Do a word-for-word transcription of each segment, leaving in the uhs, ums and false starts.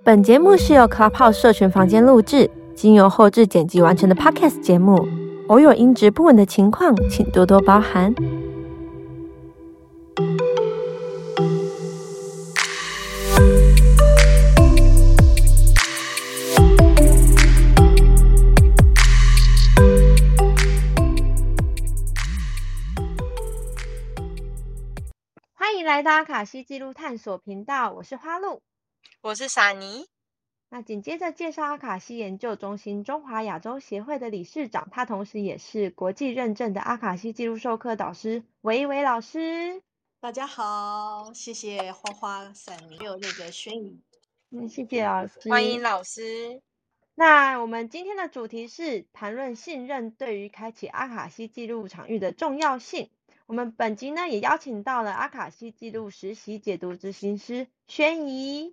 本节目是由 Clubhouse 社群房间录制，经由后制剪辑完成的 Podcast 节目，偶有音质不稳的情况，请多多包涵。欢迎来到阿卡西记录探索频道，我是花露， 我是傻妮。 那紧接着介绍阿卡西研究中心中华亚洲协会的理事长，他同时也是国际认证的阿卡西记录授课导师维维老师。 大家好，谢谢花花、闪妮还有那个轩宇。 嗯，谢谢老师， 欢迎老师。 那我们今天的主题是谈论信任对于开启阿卡西记录场域的重要性。我们本集呢也邀请到了阿卡西记录实习解读执行师轩怡。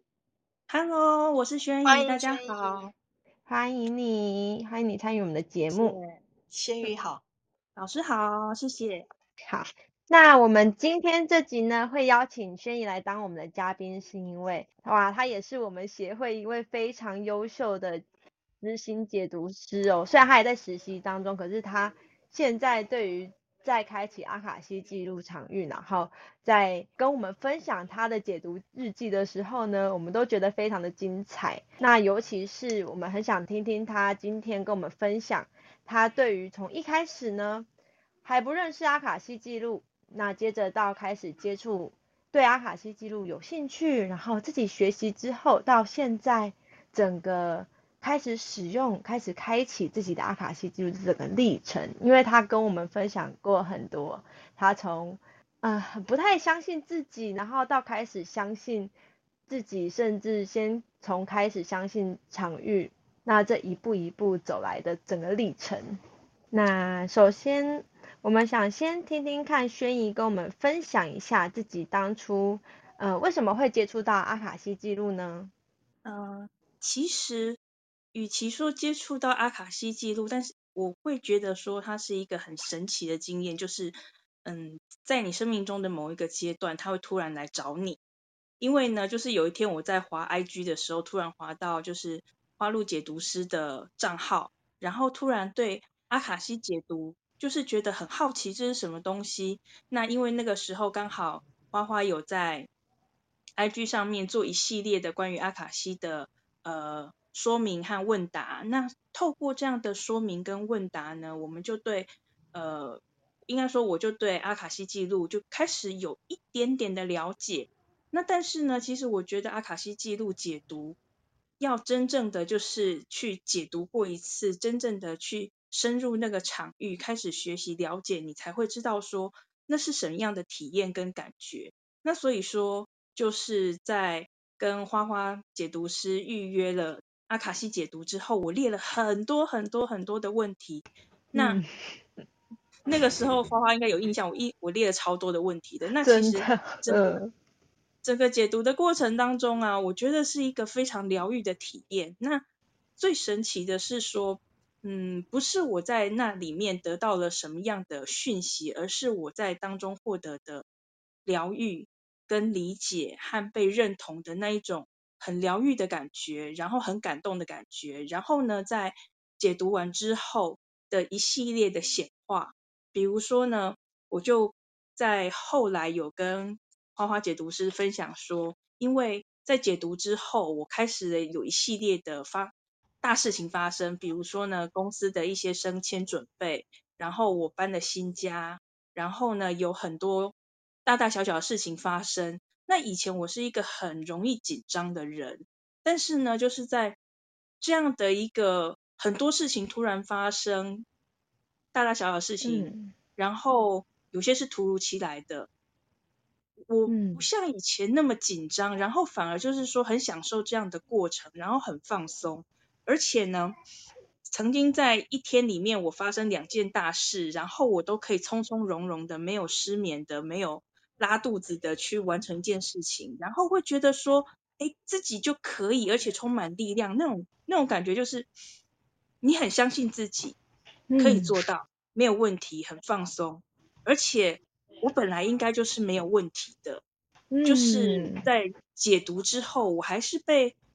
Hello， 我是轩怡，大家好， 欢迎你，欢迎你参与我们的节目。 轩宇好，老师好，谢谢。 好，那我们今天这集呢会邀请轩怡来当我们的嘉宾，是因为哇，他也是我们协会一位非常优秀的执行解读师哦。虽然他还在实习当中，可是他现在对于在开启阿卡西记录场域，然后在跟我们分享他的解读日记的时候呢，我们都觉得非常的精彩。那尤其是我们很想听听他今天跟我们分享他对于从一开始呢还不认识阿卡西记录，那接着到开始接触对阿卡西记录有兴趣，然后自己学习之后，到现在整个开始使用，开始开启自己的阿卡西记录这个历程。因为他跟我们分享过很多，他从呃不太相信自己，然后到开始相信自己，甚至先从开始相信场域，那这一步一步走来的整个历程。那首先我们想先听听看轩怡跟我们分享一下自己当初呃为什么会接触到阿卡西记录呢？ 呃，其实与其说接触到阿卡西记录，但是我会觉得说它是一个很神奇的经验，就是嗯，在你生命中的某一个阶段，它会突然来找你。因为呢，就是有一天我在滑 I G 的时候，突然滑到就是花露解读师的账号，然后突然对阿卡西解读就是觉得很好奇，这是什么东西。那因为那个时候刚好花花有在 I G 上面做一系列的关于阿卡西的呃说明和问答，那透过这样的说明跟问答呢，我们就对呃应该说我就对阿卡西记录就开始有一点点的了解。那但是呢，其实我觉得阿卡西记录解读要真正的就是去解读过一次，真正的去深入那个场域，开始学习了解，你才会知道说那是什么样的体验跟感觉。那所以说就是在跟花花解读师预约了阿卡西解读之后，我列了很多很多很多的问题。那、嗯、那个时候花花应该有印象，我一我列了超多的问题的。那其实真的、嗯、整个解读的过程当中啊，我觉得是一个非常疗愈的体验。那最神奇的是说嗯，不是我在那里面得到了什么样的讯息，而是我在当中获得的疗愈跟理解和被认同的那一种很疗愈的感觉，然后很感动的感觉。然后呢，在解读完之后的一系列的显化，比如说呢，我就在后来有跟花花解读师分享说，因为在解读之后，我开始了有一系列的发大事情发生，比如说呢，公司的一些升迁准备，然后我搬了新家，然后呢，有很多大大小小的事情发生。那以前我是一个很容易紧张的人，但是呢，就是在这样的一个很多事情突然发生，大大小小的事情，嗯、然后有些是突如其来的，我不像以前那么紧张，然后反而就是说很享受这样的过程，然后很放松。而且呢，曾经在一天里面我发生两件大事，然后我都可以从从容容的，没有失眠的，没有拉肚子的去完成一件事情，然后会觉得说，哎，自己就可以，而且充满力量，那种那种感觉就是你很相信自己可以做到，没有问题，很放松。而且我本来应该就是没有问题的，就是在解读之后，我还是被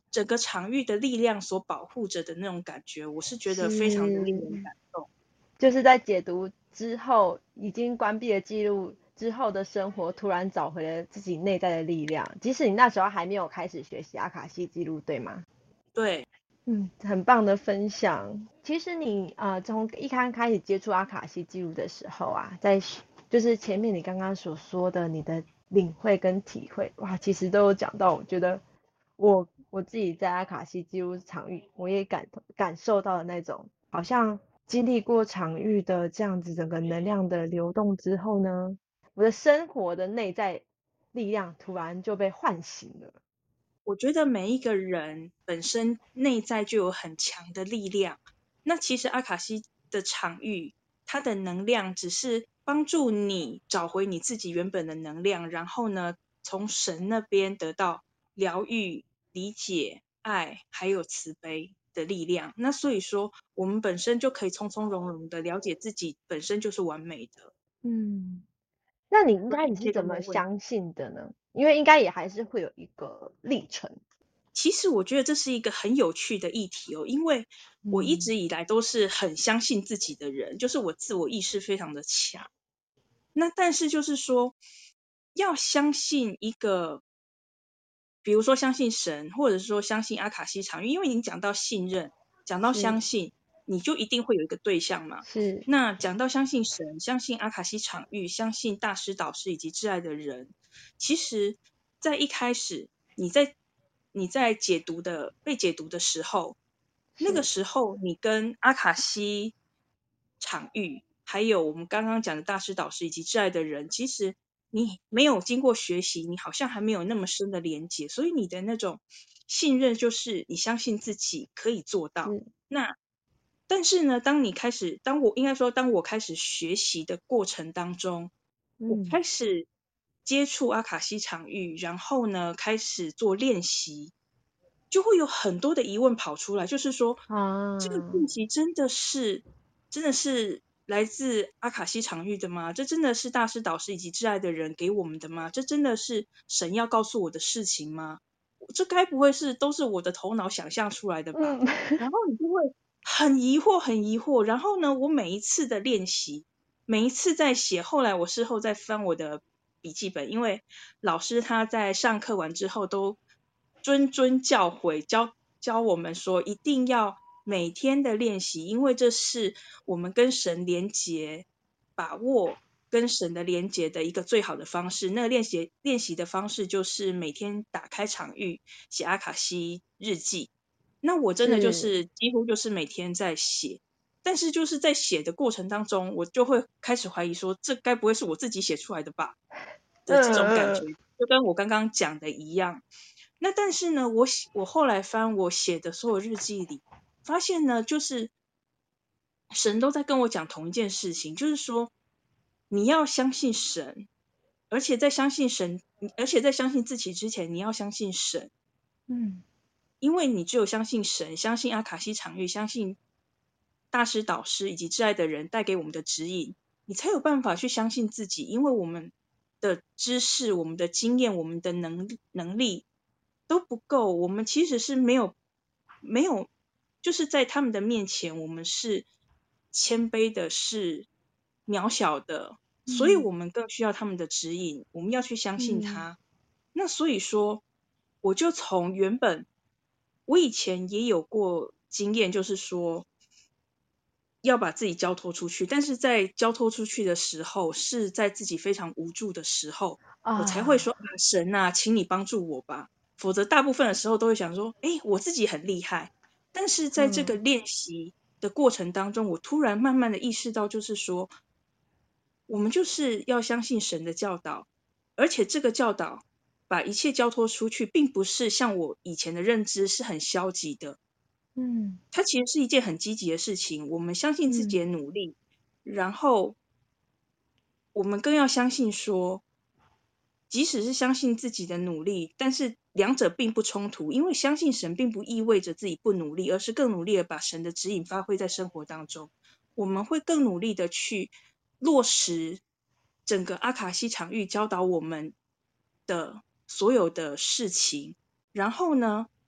整个场域的力量所保护着的那种感觉，我是觉得非常的令人感动。 就是在解读之后，已经关闭了记录之后的生活，突然找回了自己内在的力量。即使你那时候还没有开始学习阿卡西记录，对吗？ 对， 嗯，很棒的分享。其实你呃从一开开始接触阿卡西记录的时候啊，在就是前面你刚刚所说的你的领会跟体会，哇，其实都有讲到。我觉得我我自己在阿卡西记录场域，我也感感受到了那种好像经历过场域的这样子整个能量的流动之后呢，我的生活的内在力量突然就被唤醒了。 我觉得每一个人本身内在就有很强的力量，那其实阿卡西的场域，它的能量只是帮助你找回你自己原本的能量，然后呢，从神那边得到疗愈、理解、爱，还有慈悲的力量。那所以说，我们本身就可以从从容容的了解自己本身就是完美的。 嗯，那你应该你一切都是怎么没有问题。 相信的呢？因为应该也还是会有一个历程。 其实我觉得这是一个很有趣的议题哦，因为我一直以来都是很相信自己的人，就是我自我意识非常的强。那但是就是说，要相信一个，比如说相信神，或者是说相信阿卡西场域，因为你讲到信任，讲到相信，你就一定会有一个对象嘛。 是， 那讲到相信神，相信阿卡西场域，相信大师导师以及挚爱的人，其实在一开始你在你在解读的被解读的时候，那个时候你跟阿卡西场域，还有我们刚刚讲的大师导师以及挚爱的人，其实你没有经过学习，你好像还没有那么深的连结，所以你的那种信任就是你相信自己可以做到。那但是呢，当你开始，当我应该说，当我开始学习的过程当中，我开始接触阿卡西场域，然后呢，开始做练习，就会有很多的疑问跑出来，就是说， 啊， 这个讯息真的是真的是来自阿卡西场域的吗？这真的是大师导师以及挚爱的人给我们的吗？这真的是神要告诉我的事情吗？这该不会是都是我的头脑想象出来的吧？ 嗯， 然后你就会很疑惑，很疑惑。然后呢，我每一次的练习，每一次在写，后来我事后在翻我的笔记本，因为老师他在上课完之后都谆谆教诲，教教我们说一定要每天的练习，因为这是我们跟神连结、把握跟神的连结的一个最好的方式。那个练习练习的方式就是每天打开场域，写阿卡西日记。那我真的就是几乎就是每天在写，但是就是在写的过程当中，我就会开始怀疑说，这该不会是我自己写出来的吧？的这种感觉，就跟我刚刚讲的一样。那但是呢，我我后来翻我写的所有日记里，发现呢，就是神都在跟我讲同一件事情，就是说你要相信神，而且在相信神，而且在相信自己之前，你要相信神。 嗯， 因为你只有相信神，相信阿卡西场域，相信大师导师以及挚爱的人带给我们的指引，你才有办法去相信自己。因为我们的知识、我们的经验、我们的能能力都不够，我们其实是没有没有，就是在他们的面前，我们是谦卑的，是渺小的，所以我们更需要他们的指引，我们要去相信他。那所以说，我就从原本我以前也有过经验，就是说要把自己交托出去，但是在交托出去的时候，是在自己非常无助的时候，我才会说啊，神啊，请你帮助我吧。否则大部分的时候都会想说，哎，我自己很厉害。但是在这个练习的过程当中，我突然慢慢的意识到，就是说，我们就是要相信神的教导，而且这个教导把一切交托出去，并不是像我以前的认知是很消极的， 嗯， 它其实是一件很积极的事情。我们相信自己的努力，然后我们更要相信说，即使是相信自己的努力，但是两者并不冲突，因为相信神并不意味着自己不努力，而是更努力的把神的指引发挥在生活当中。我们会更努力的去落实整个阿卡西场域教导我们的所有的事情，然后呢，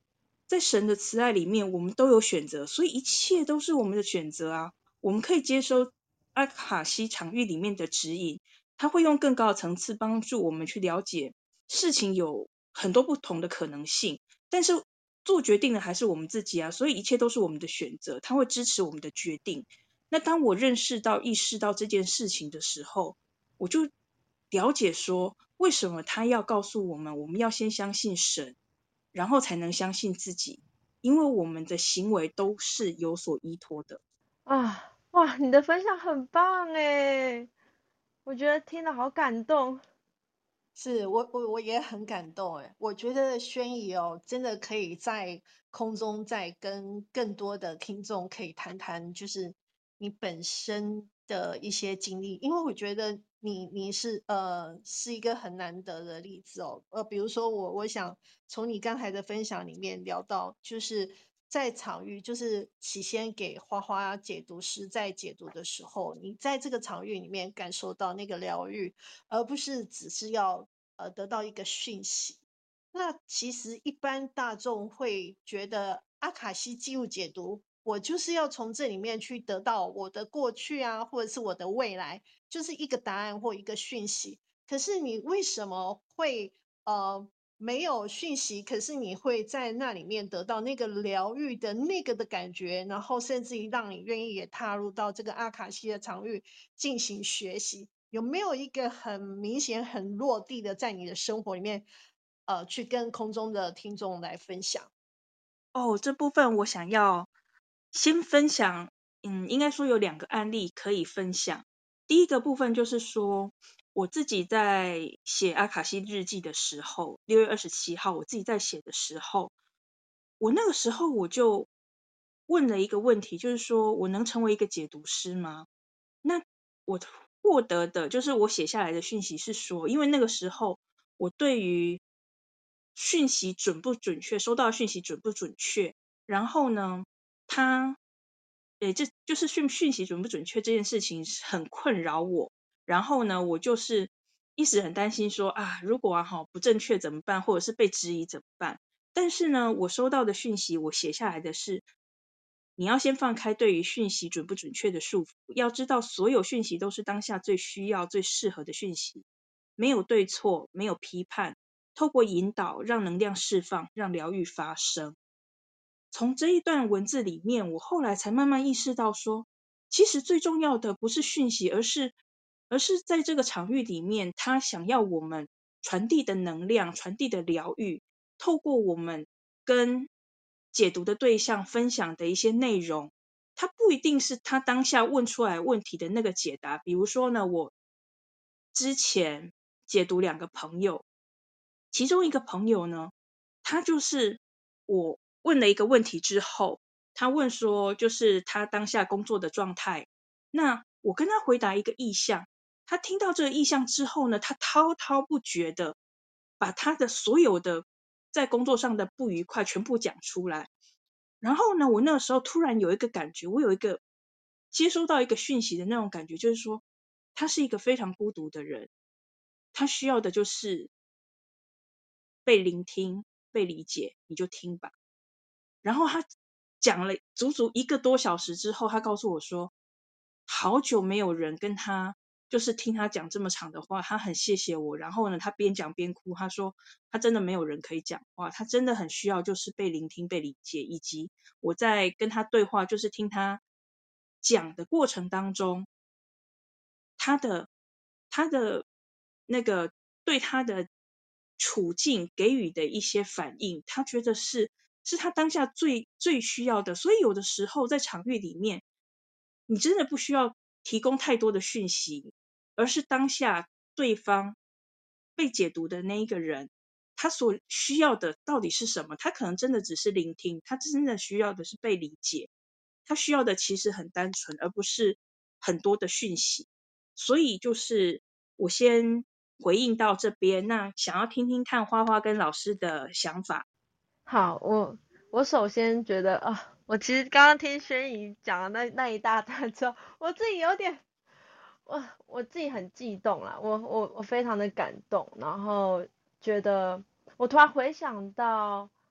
在神的慈爱里面，我们都有选择，所以一切都是我们的选择啊。我们可以接收阿卡西场域里面的指引，它会用更高的层次帮助我们去了解事情有很多不同的可能性，但是做决定的还是我们自己啊，所以一切都是我们的选择，它会支持我们的决定。那当我认识到、意识到这件事情的时候，我就了解说，为什么他要告诉我们，我们要先相信神，然后才能相信自己，因为我们的行为都是有所依托的。 啊，哇，你的分享很棒哎，我觉得听了好感动。 是我我我也很感动哎，我觉得轩怡哦，真的可以在空中再跟更多的听众可以谈谈，就是你本身的一些经历，因为我觉得你你是呃是一个很难得的例子哦，呃，比如说我我想从你刚才的分享里面聊到，就是在场域，就是起先给花花解读师在解读的时候，你在这个场域里面感受到那个疗愈。而不是只是要呃得到一个讯息。那其实一般大众会觉得阿卡西记录解读，我就是要从这里面去得到我的过去啊，或者是我的未来，就是一个答案或一个讯息。可是你为什么会呃没有讯息，可是你会在那里面得到那个疗愈的那个的感觉，然后甚至于让你愿意也踏入到这个阿卡西的场域进行学习？有没有一个很明显、很落地的，在你的生活里面，呃，去跟空中的听众来分享？ 哦，这部分我想要先分享，嗯，应该说有两个案例可以分享。第一个部分就是说，我自己在写阿卡西日记的时候，六月二十七号我自己在写的时候，我那个时候我就问了一个问题，就是说我能成为一个解读师吗？那我获得的就是我写下来的讯息是说，因为那个时候我对于讯息准不准确，收到的讯息准不准确，然后呢，他，诶，这就是讯讯息准不准确这件事情很困扰我。然后呢，我就是一直很担心说啊，如果啊哈不正确怎么办，或者是被质疑怎么办？但是呢，我收到的讯息，我写下来的是，你要先放开对于讯息准不准确的束缚，要知道所有讯息都是当下最需要、最适合的讯息，没有对错，没有批判，透过引导，让能量释放，让疗愈发生。从这一段文字里面，我后来才慢慢意识到说，其实最重要的不是讯息，而是而是在这个场域里面，他想要我们传递的能量、传递的疗愈，透过我们跟解读的对象分享的一些内容，它不一定是他当下问出来问题的那个解答。比如说呢，我之前解读两个朋友，其中一个朋友呢，他就是我问了一个问题之后，他问说就是他当下工作的状态，那我跟他回答一个意向，他听到这个意向之后呢，他滔滔不绝的把他的所有的在工作上的不愉快全部讲出来。然后呢，我那个时候突然有一个感觉，我有一个接收到一个讯息的那种感觉，就是说他是一个非常孤独的人，他需要的就是被聆听、被理解，你就听吧。然后他讲了足足一个多小时之后，他告诉我说，好久没有人跟他就是听他讲这么长的话，他很谢谢我。然后呢，他边讲边哭，他说他真的没有人可以讲话，他真的很需要就是被聆听、被理解，以及我在跟他对话，就是听他讲的过程当中，他的他的那个对他的处境给予的一些反应，他觉得是是他当下最最需要的。所以有的时候在场域里面，你真的不需要提供太多的讯息，而是当下对方被解读的那一个人，他所需要的到底是什么？他可能真的只是聆听，他真的需要的是被理解，他需要的其实很单纯，而不是很多的讯息。所以就是我先回应到这边，那想要听听看花花跟老师的想法。 好，我我首先觉得啊，我其实刚刚听轩怡讲的那那一大段之后，我自己有点，我我自己很激动啦，我我我非常的感动，然后觉得我突然回想到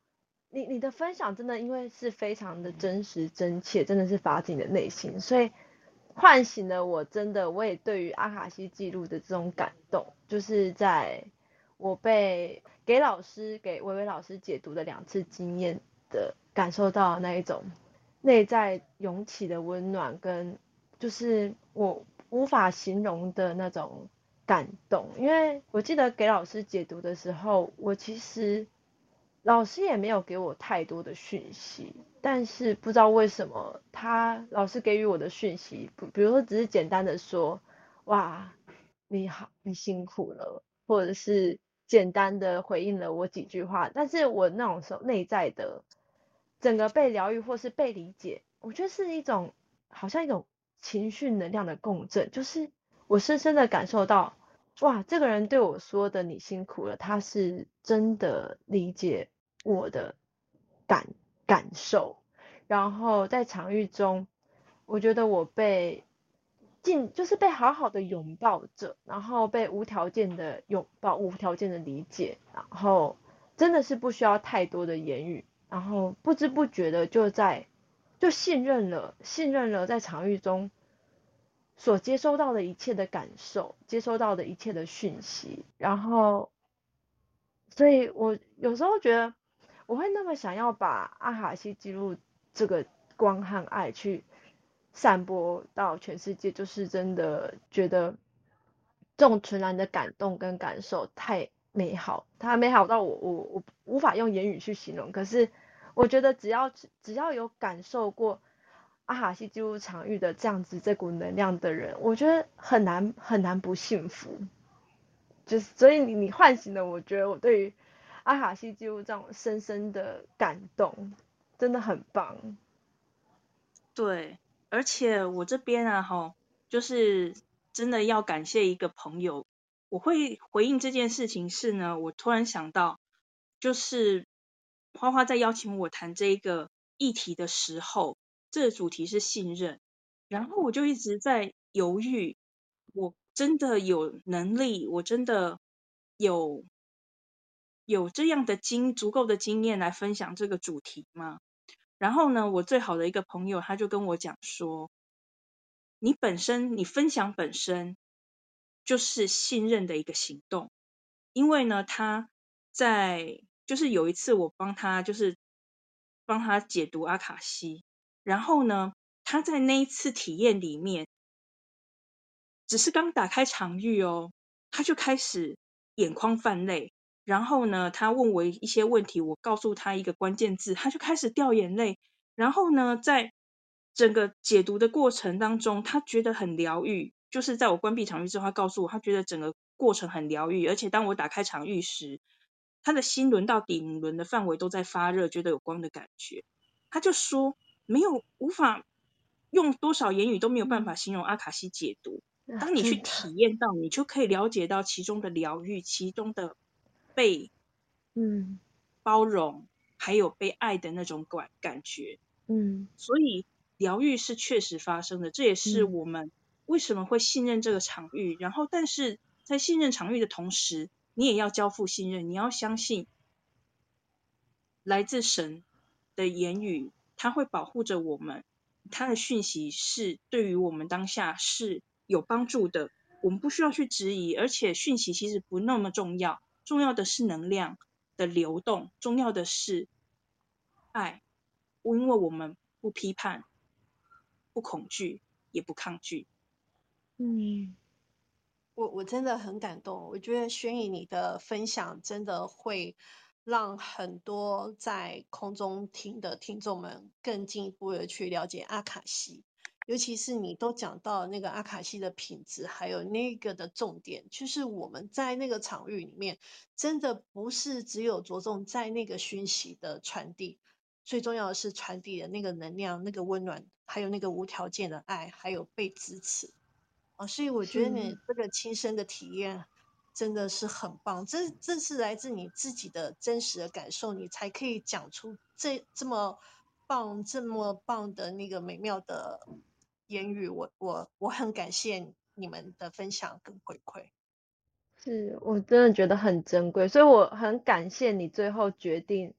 你你的分享真的因为是非常的真实真切，真的是发自你的内心，所以唤醒了我，真的我也对于阿卡西记录的这种感动，就是在我被给老师给微微老师解读的两次经验的感受到那一种内在涌起的温暖，跟就是我无法形容的那种感动。因为我记得给老师解读的时候，我其实老师也没有给我太多的讯息，但是不知道为什么他老师给予我的讯息，比如说只是简单的说，哇，你好，你辛苦了，或者是简单的回应了我几句话，但是我那种时候内在的整个被疗愈或是被理解，我觉得是一种好像一种情绪能量的共振，就是我深深的感受到，哇，这个人对我说的你辛苦了，他是真的理解我的感感受，然后在场域中，我觉得我被尽就是被好好的拥抱着，然后被无条件的拥抱，无条件的理解，然后真的是不需要太多的言语，然后不知不觉的就在就信任了，信任了在场域中所接收到的一切的感受，接收到的一切的讯息，然后，所以我有时候觉得我会那么想要把阿卡西记录这个光和爱去散播到全世界，就是真的觉得这种纯然的感动跟感受太美好，它美好到我我我无法用言语去形容。可是我觉得只要只要有感受过阿卡西记录场域的这样子这股能量的人，我觉得很难很难不幸福。就是所以你你唤醒了，我觉得我对于阿卡西记录这种深深的感动，真的很棒。 对，而且我这边啊，哈，就是真的要感谢一个朋友。我会回应这件事情是呢，我突然想到，就是花花在邀请我谈这一个议题的时候，这个主题是信任，然后我就一直在犹豫，我真的有能力，我真的有有这样的经足够的经验来分享这个主题吗？然后呢，我最好的一个朋友他就跟我讲说，你本身你分享本身就是信任的一个行动，因为呢他在就是有一次我帮他就是帮他解读阿卡西，然后呢他在那一次体验里面，只是刚打开场域哦，他就开始眼眶泛泪，然后呢他问我一些问题，我告诉他一个关键字，他就开始掉眼泪，然后呢在整个解读的过程当中，他觉得很疗愈，就是在我关闭场域之后，他告诉我他觉得整个过程很疗愈，而且当我打开场域时，他的心轮到顶轮的范围都在发热，觉得有光的感觉。他就说没有无法用多少言语都没有办法形容阿卡西解读，当你去体验到，你就可以了解到其中的疗愈，其中的被嗯包容，还有被爱的那种感感觉。 嗯所以疗愈是确实发生的，这也是嗯我们为什么会信任这个场域。然后，但是在信任场域的同时，你也要交付信任，你要相信来自神的言语，它会保护着我们，它的讯息是对于我们当下是有帮助的，我们不需要去质疑，而且讯息其实不那么重要，重要的是能量的流动，重要的是爱，因为我们不批判，不恐惧，也不抗拒。 嗯我我真的很感动，我觉得轩怡你的分享真的会让很多在空中听的听众们更进一步的去了解阿卡西，尤其是你都讲到那个阿卡西的品质，还有那个的重点，就是我们在那个场域里面，真的不是只有着重在那个讯息的传递，最重要的是传递的那个能量、那个温暖，还有那个无条件的爱，还有被支持。哦，所以我觉得你这个亲身的体验真的是很棒，这这是来自你自己的真实的感受，你才可以讲出这这么棒、这么棒的那个美妙的言语。我我我很感谢你们的分享跟回馈。 是我真的觉得很珍贵，所以我很感谢你最后决定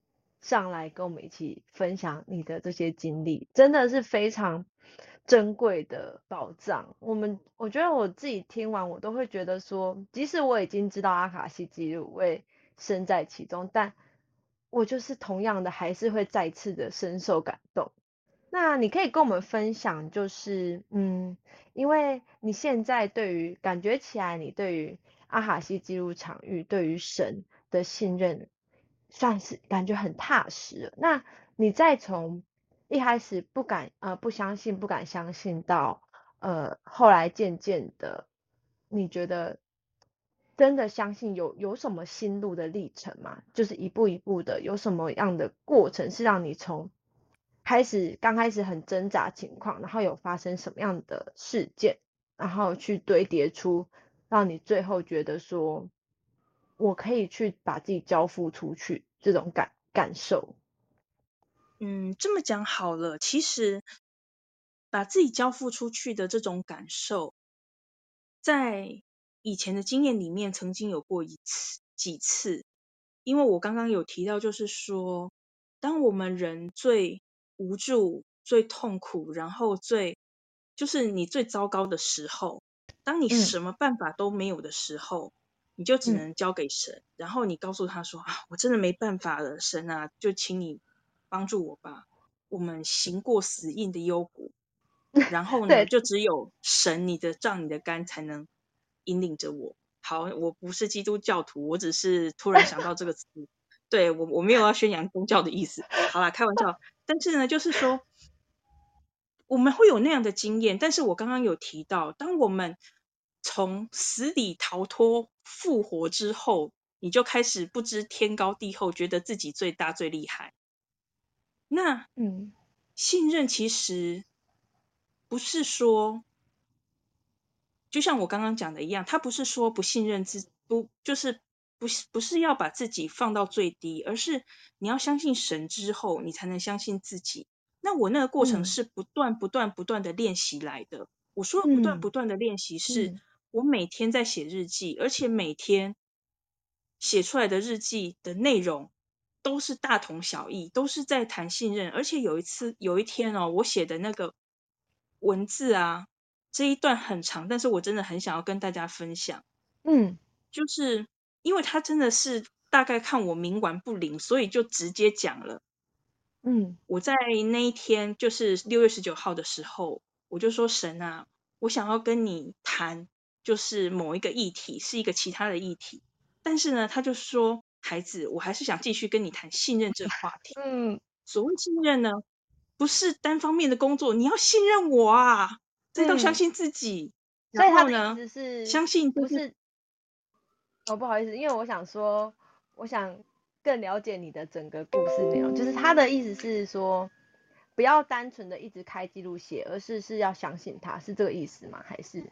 上来跟我们一起分享你的这些经历，真的是非常珍贵的宝藏。我们我觉得我自己听完，我都会觉得说，即使我已经知道阿卡西记录，我也身在其中，但我就是同样的还是会再次的深受感动。那你可以跟我们分享，就是嗯，因为你现在对于感觉起来，你对于阿卡西记录场域，对于神的信任，算是感觉很踏实了。那你再从一开始不敢呃不相信，不敢相信到呃后来渐渐的，你觉得真的相信有有什么心路的历程吗？就是一步一步的，有什么样的过程是让你从开始刚开始很挣扎情况，然后有发生什么样的事件，然后去堆叠出让你最后觉得说我可以去把自己交付出去这种感感受。 嗯，这么讲好了，其实把自己交付出去的这种感受，在以前的经验里面曾经有过一次几次，因为我刚刚有提到，就是说，当我们人最无助、最痛苦，然后最就是你最糟糕的时候，当你嗯什么办法都没有的时候，你就只嗯能交给神，然后你告诉他说啊，我真的没办法了，神啊，就请你帮助我吧。我们行过死荫的幽谷，然后呢， 对， 就只有神你的杖你的竿才能引领着我。好，我不是基督教徒，我只是突然想到这个词，对，我我没有要宣扬宗教的意思，好啦，开玩笑。但是呢，就是说我们会有那样的经验，但是我刚刚有提到，当我们从死里逃脱复活之后，你就开始不知天高地厚，觉得自己最大最厉害。那嗯信任其实不是说，就像我刚刚讲的一样，他不是说不信任自不就是不是不是要把自己放到最低，而是你要相信神之后，你才能相信自己。那我那个过程嗯是不断不断不断的练习来的。我说不断嗯不断的练习，是嗯我每天在写日记，而且每天写出来的日记的内容都是大同小异，都是在谈信任。而且有一次有一天哦，我写的那个文字啊，这一段很长，但是我真的很想要跟大家分享， 嗯就是因为他真的是大概看我冥顽不灵，所以就直接讲了。 嗯我在那一天就是六月十九号的时候，我就说神啊，我想要跟你谈，就是某一个议题，是一个其他的议题，但是呢，他就说孩子，我还是想继续跟你谈信任这个话题。 嗯， 所谓信任呢，不是单方面的工作，你要信任我啊，这要相嗯信自己。 所以他的意然后呢， 思是相信就是不是？哦，不好意思，因为我想说，我想更了解你的整个故事内容。就是他的意思是说，不要单纯的一直开记录写，而是是要相信他，是这个意思吗？还是？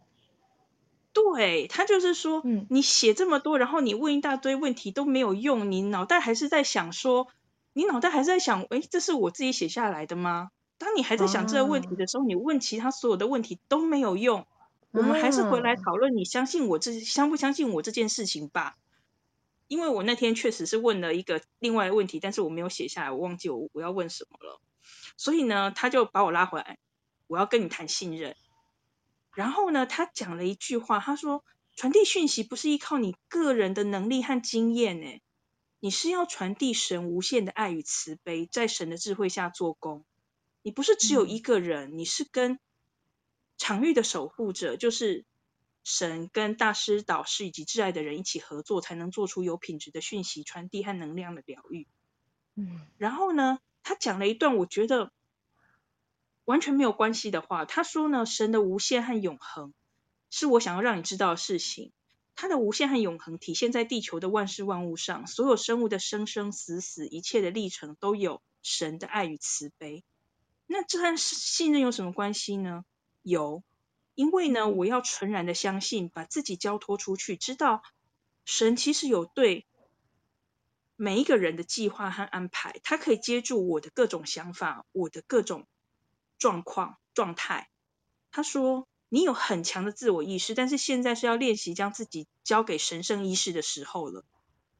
对，他就是说， 嗯你写这么多，然后你问一大堆问题都没有用，你脑袋还是在想说，你脑袋还是在想，诶，这是我自己写下来的吗？当你还在想这个问题啊的时候，你问其他所有的问题都没有用。我们还是回来啊讨论，你相信我这相不相信我这件事情吧？因为我那天确实是问了一个另外的问题，但是我没有写下来，我忘记我我要问什么了。所以呢，他就把我拉回来，我要跟你谈信任。然后呢，他讲了一句话，他说传递讯息不是依靠你个人的能力和经验诶，你是要传递神无限的爱与慈悲，在神的智慧下做工。你不是只有一个人，你是跟场域的守护者，就是神跟大师、导师以及挚爱的人一起合作，才能做出有品质的讯息传递和能量的疗愈。 嗯然后呢，他讲了一段我觉得完全没有关系的话。他说呢，神的无限和永恒是我想要让你知道的事情。它的无限和永恒体现在地球的万事万物上，所有生物的生生死死，一切的历程都有神的爱与慈悲。那这和信任有什么关系呢？有，因为呢，我要纯然的相信，把自己交托出去，知道神其实有对每一个人的计划和安排，他可以接住我的各种想法，我的各种状况状态。他说你有很强的自我意识，但是现在是要练习将自己交给神圣意识的时候了。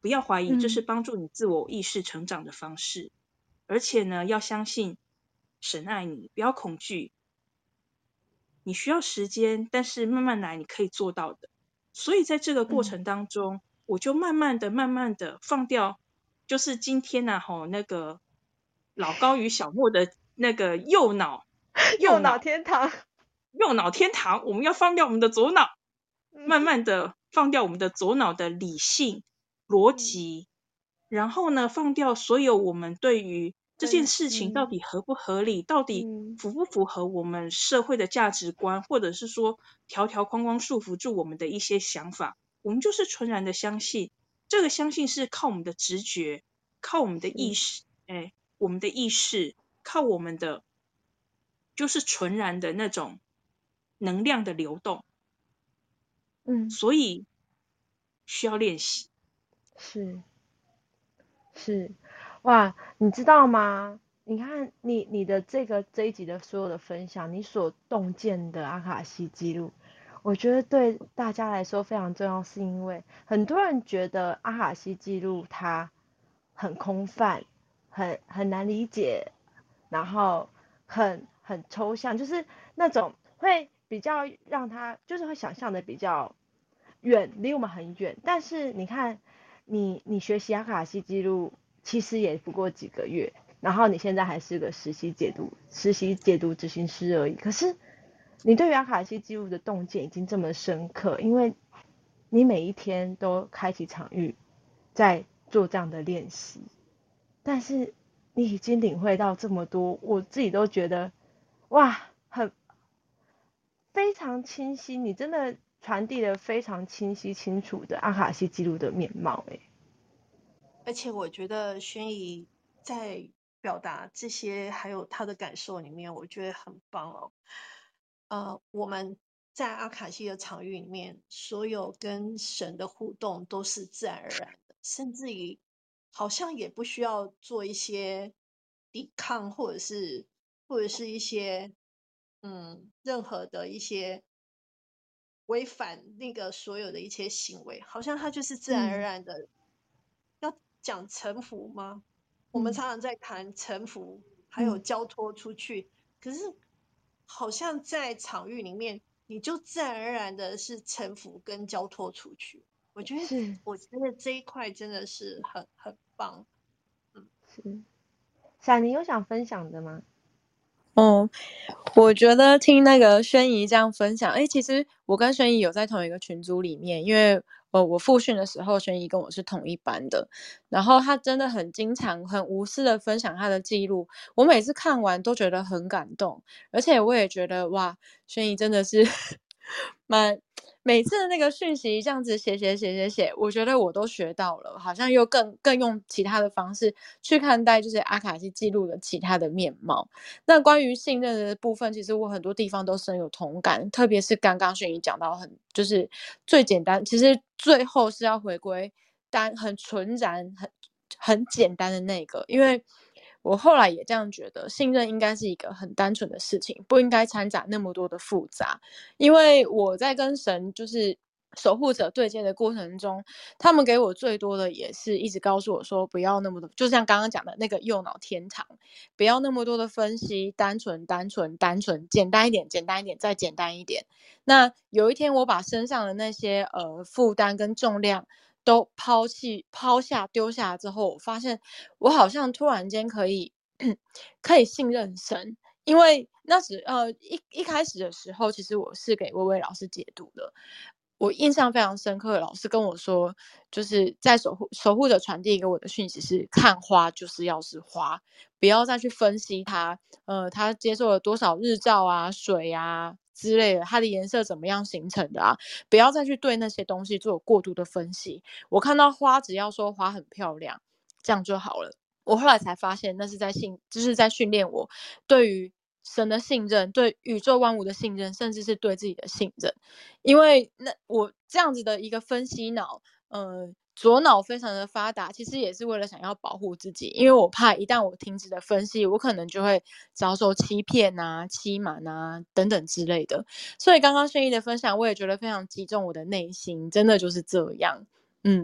不要怀疑，这是嗯帮助你自我意识成长的方式。而且呢，要相信神爱你，不要恐惧。你需要时间，但是慢慢来，你可以做到的。所以在这个过嗯程当中，我就慢慢的、慢慢的放掉，就是今天呢、啊，吼那个老高与小莫的那个右脑， 右脑右脑， 天堂。 右脑天堂，我们要放掉我们的左脑， 嗯慢慢的放掉我们的左脑的理性、逻嗯辑，然后呢，放掉所有我们对于这件分事情到析。 底合不合理，到底嗯符不符合我们社会的价值观，或者是说条条框框束缚住我们的一些想法，我们就是纯然的相信。这个相信是靠我们的直觉，靠我们的意识，哎，我们的意识，靠我们的就是纯然的那种能量的流动， 嗯， 所以需要练习。 是是，哇，你知道吗？你看你你的这个这一集的所有的分享，你所洞见的阿卡西记录，我觉得对大家来说非常重要，是因为很多人觉得阿卡西记录它很空泛，很很难理解，然后很很抽象，就是那种会比较让他就是会想象的比较远，离我们很远。但是你看，你你学习阿卡西记录其实也不过几个月，然后你现在还是个实习解读实习解读执行师而已。可是你对于阿卡西记录的洞见已经这么深刻，因为你每一天都开启场域，在做这样的练习，但是你已经领会到这么多，我自己都觉得哇，很非常清晰，你真的传递了非常清晰清楚的阿卡西记录的面貌，哎， 而且我觉得轩怡在表达这些还有他的感受里面，我觉得很棒哦。呃，我们在阿卡西的场域里面，所有跟神的互动都是自然而然的，甚至于好像也不需要做一些抵抗，或者是或者是一些嗯任何的一些违反那个所有的一些行为，好像它就是自然而嗯然的。要讲臣服吗？我们嗯常常在谈臣服，还有嗯， 交托出去，可是好像在场域里面，你就自然而然的是臣服跟交托出去。我觉得， 是我觉得这一块真的是很很棒。嗯， 是。闪，你有想分享的吗？ 哦，我觉得听那个轩怡这样分享，哎，其实我跟轩怡有在同一个群组里面，因为呃我复训的时候，轩怡跟我是同一班的，然后他真的很经常、很无私的分享他的记录，我每次看完都觉得很感动，而且我也觉得哇，轩怡真的是蛮每次的那个讯息这样子写写写写写，我觉得我都学到了，好像又更更用其他的方式去看待就是阿卡西记录的其他的面貌。那关于信任的部分，其实我很多地方都深有同感，特别是刚刚轩怡讲到很就是最简单，其实最后是要回归单很纯然很很简单的那个，因为我后来也这样觉得，信任应该是一个很单纯的事情，不应该掺杂那么多的复杂。因为我在跟神就是守护者对接的过程中，他们给我最多的也是一直告诉我说，不要那么多，就像刚刚讲的那个右脑天堂，不要那么多的分析，单纯单纯单纯，简单一点，简单一点，再简单一点。那有一天我把身上的那些呃负担跟重量都抛弃、抛下、丢下之后，我发现我好像突然间可以可以信任神，因为那时呃一一开始的时候，其实我是给薇薇老师解读的。我印象非常深刻，老师跟我说，就是在守护守护者传递给我的讯息是：看花就是要是花，不要再去分析它，呃，它接受了多少日照啊、水啊之类的，它的颜色怎么样形成的啊，不要再去对那些东西做过度的分析。我看到花，只要说花很漂亮，这样就好了。我后来才发现，那是在训，就是在训练我对于神的信任，对宇宙万物的信任，甚至是对自己的信任。因为那我这样子的一个分析脑，呃，左脑非常的发达，其实也是为了想要保护自己，因为我怕一旦我停止了分析，我可能就会遭受欺骗啊、欺瞒啊等等之类的。所以刚刚轩逸的分享，我也觉得非常击中我的内心，真的就是这样。嗯，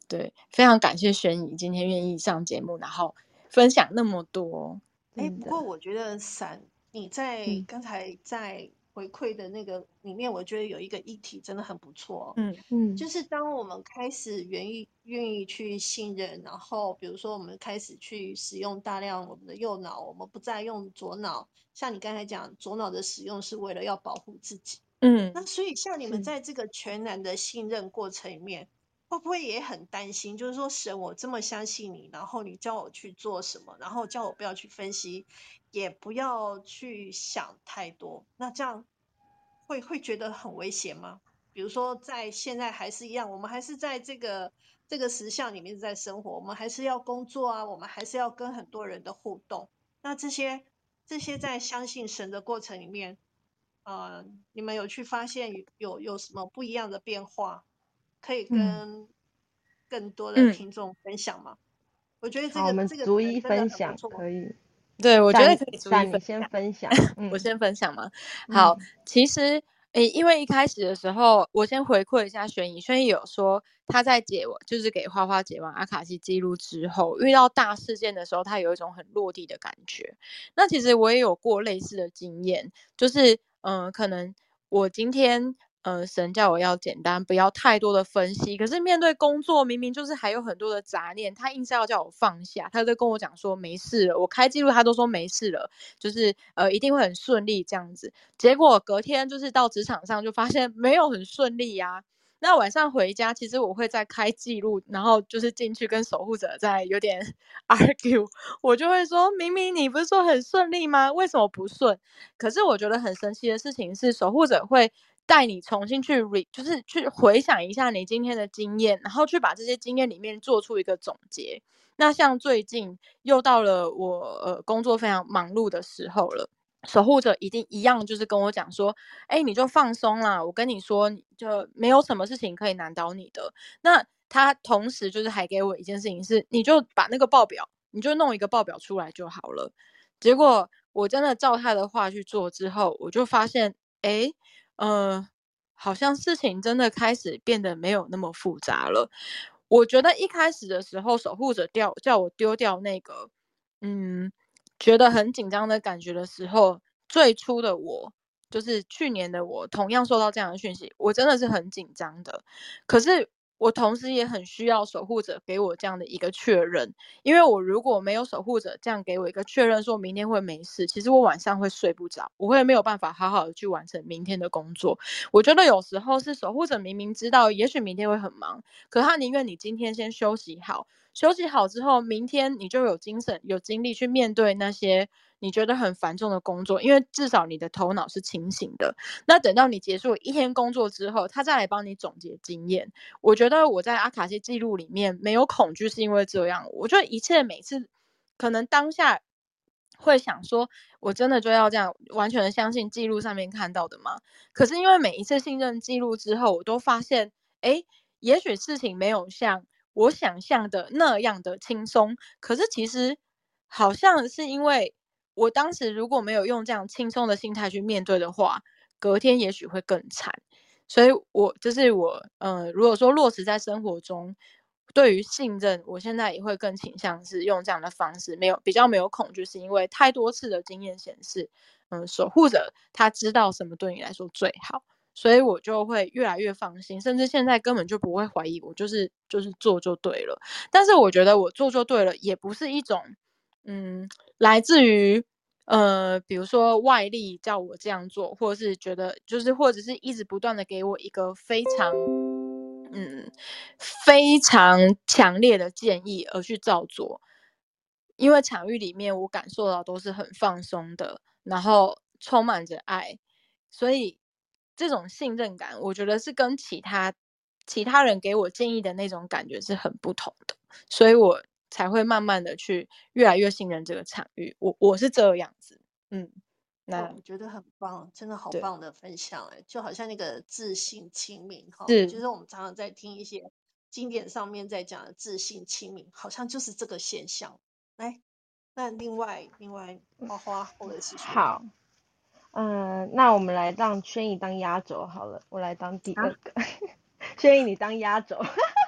对，非常感谢轩怡今天愿意上节目，然后分享那么多。 哎，不过我觉得闪你在嗯刚才在回馈的那个里面，我觉得有一个议题真的很不错， 嗯嗯， 就是当我们开始愿意愿意去信任，然后比如说我们开始去使用大量我们的右脑，我们不再用左脑，像你刚才讲，左脑的使用是为了要保护自己。 嗯， 那所以像你们是在这个全然的信任过程里面，会不会也很担心？就是说，神，我这么相信你，然后你叫我去做什么，然后叫我不要去分析，也不要去想太多，那这样会会觉得很危险吗？比如说，在现在还是一样，我们还是在这个这个实相里面在生活，我们还是要工作啊，我们还是要跟很多人的互动。那这些这些在相信神的过程里面，呃，你们有去发现有有什么不一样的变化，可以跟更多的嗯听众分享吗？我觉得这好，我们个这个逐一可能真的分享， 很不错。 可以。 对，我觉得闪可以逐一闪，你先分享。 分享。嗯， 我先分享吗？好， 嗯其实诶，因为一开始的时候，我先回馈一下轩怡，轩怡有说他在解我就是给花花解完阿卡西记录之后，遇到大事件的时候，他有一种很落地的感觉。那其实我也有过类似的经验，就是嗯、呃，可能我今天。呃，神叫我要简单，不要太多的分析。可是面对工作，明明就是还有很多的杂念，他硬是要叫我放下，他就跟我讲说没事了。我开记录，他都说没事了，就是呃一定会很顺利这样子。结果隔天就是到职场上就发现没有很顺利呀、啊。那晚上回家，其实我会再开记录，然后就是进去跟守护者在有点 argue， 我就会说，明明你不是说很顺利吗？为什么不顺？可是我觉得很神奇的事情是，守护者会带你重新去 re， 就是去回想一下你今天的经验，然后去把这些经验里面做出一个总结。那像最近又到了我呃工作非常忙碌的时候了。守护者一定一样，就是跟我讲说，哎，你就放松啦，我跟你说，就没有什么事情可以难倒你的。那他同时就是还给我一件事情是，你就把那个报表，你就弄一个报表出来就好了。结果我真的照他的话去做之后，我就发现，哎，呃，好像事情真的开始变得没有那么复杂了。我觉得一开始的时候，守护者掉叫我丢掉那个，嗯。觉得很紧张的感觉的时候，最初的我就是去年的我，同样收到这样的讯息，我真的是很紧张的。可是我同时也很需要守护者给我这样的一个确认，因为我如果没有守护者这样给我一个确认，说明天会没事，其实我晚上会睡不着，我会没有办法好好的去完成明天的工作。我觉得有时候是守护者明明知道，也许明天会很忙，可他宁愿你今天先休息好。休息好之后，明天你就有精神、有精力去面对那些你觉得很繁重的工作，因为至少你的头脑是清醒的。那等到你结束一天工作之后，他再来帮你总结经验。我觉得我在阿卡西记录里面没有恐惧，是因为这样。我觉得一切每次可能当下会想说，我真的就要这样完全的相信记录上面看到的吗？可是因为每一次信任记录之后，我都发现，哎，也许事情没有像我想象的那样的轻松，可是其实好像是因为我当时如果没有用这样轻松的心态去面对的话，隔天也许会更惨。所以我就是我，呃，如果说落实在生活中，对于信任，我现在也会更倾向是用这样的方式，没有比较没有恐惧，是因为太多次的经验显示，嗯、呃，守护者他知道什么对你来说最好。所以我就会越来越放心，甚至现在根本就不会怀疑我就是就是做就对了。但是我觉得我做就对了，也不是一种嗯来自于呃比如说外力叫我这样做，或者是觉得就是或者是一直不断的给我一个非常嗯非常强烈的建议而去照做。因为场域里面我感受到都是很放松的，然后充满着爱，所以这种信任感，我觉得是跟其他其他人给我建议的那种感觉是很不同的，所以我才会慢慢的去越来越信任这个场域。我我是这样子，嗯，那、 哦、我觉得很棒，真的好对棒的分享哎，就好像那个自信亲民哈， 是就是我们常常在听一些经典上面在讲的自信亲民，好像就是这个现象。来，那另外另外花花或者是轩怡， 好，嗯、那我们来让轩怡当压轴好了，我来当第二个。轩怡，你当压轴。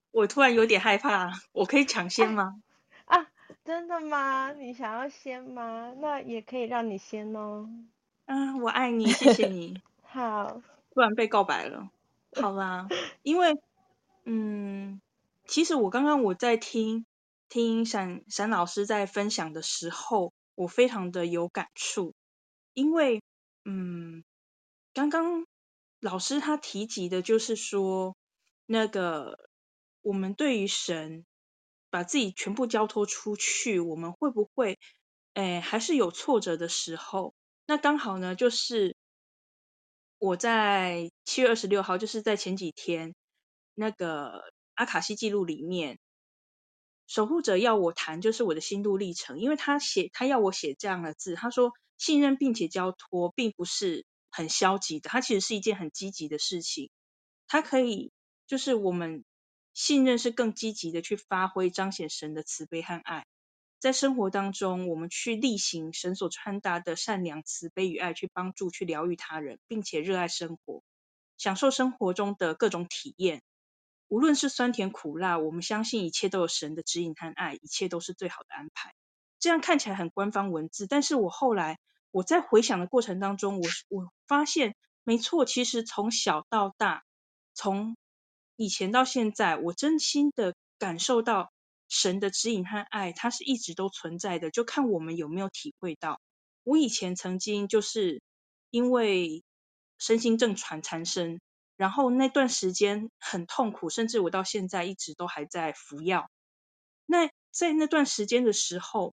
我突然有点害怕，我可以抢先吗？ 啊，真的吗？你想要先吗？那也可以让你先哦。 啊，我爱你，谢谢你。 好， 突然被告白了。好啦，因为嗯，其实我刚刚我在听听闪闪老师在分享的时候，我非常的有感触，因为嗯，刚刚老师他提及的就是说，那个我们对于神把自己全部交托出去，我们会不会诶还是有挫折的时候？那刚好呢，就是我在七月二十六号，就是在前几天，那个阿卡西记录里面，守护者要我谈就是我的心路历程，因为他写他要我写这样的字，他说信任并且交托，并不是很消极的，它其实是一件很积极的事情，它可以就是我们信任是更积极的去发挥彰显神的慈悲和爱。在生活当中，我们去例行神所传达的善良、慈悲与爱，去帮助、去疗愈他人，并且热爱生活，享受生活中的各种体验。无论是酸甜苦辣，我们相信一切都有神的指引和爱，一切都是最好的安排。这样看起来很官方文字，但是我后来我在回想的过程当中，我我发现，没错，其实从小到大，从以前到现在，我真心的感受到神的指引和爱，它是一直都存在的，就看我们有没有体会到。我以前曾经就是因为身心症传缠身，然后那段时间很痛苦，甚至我到现在一直都还在服药。那在那段时间的时候，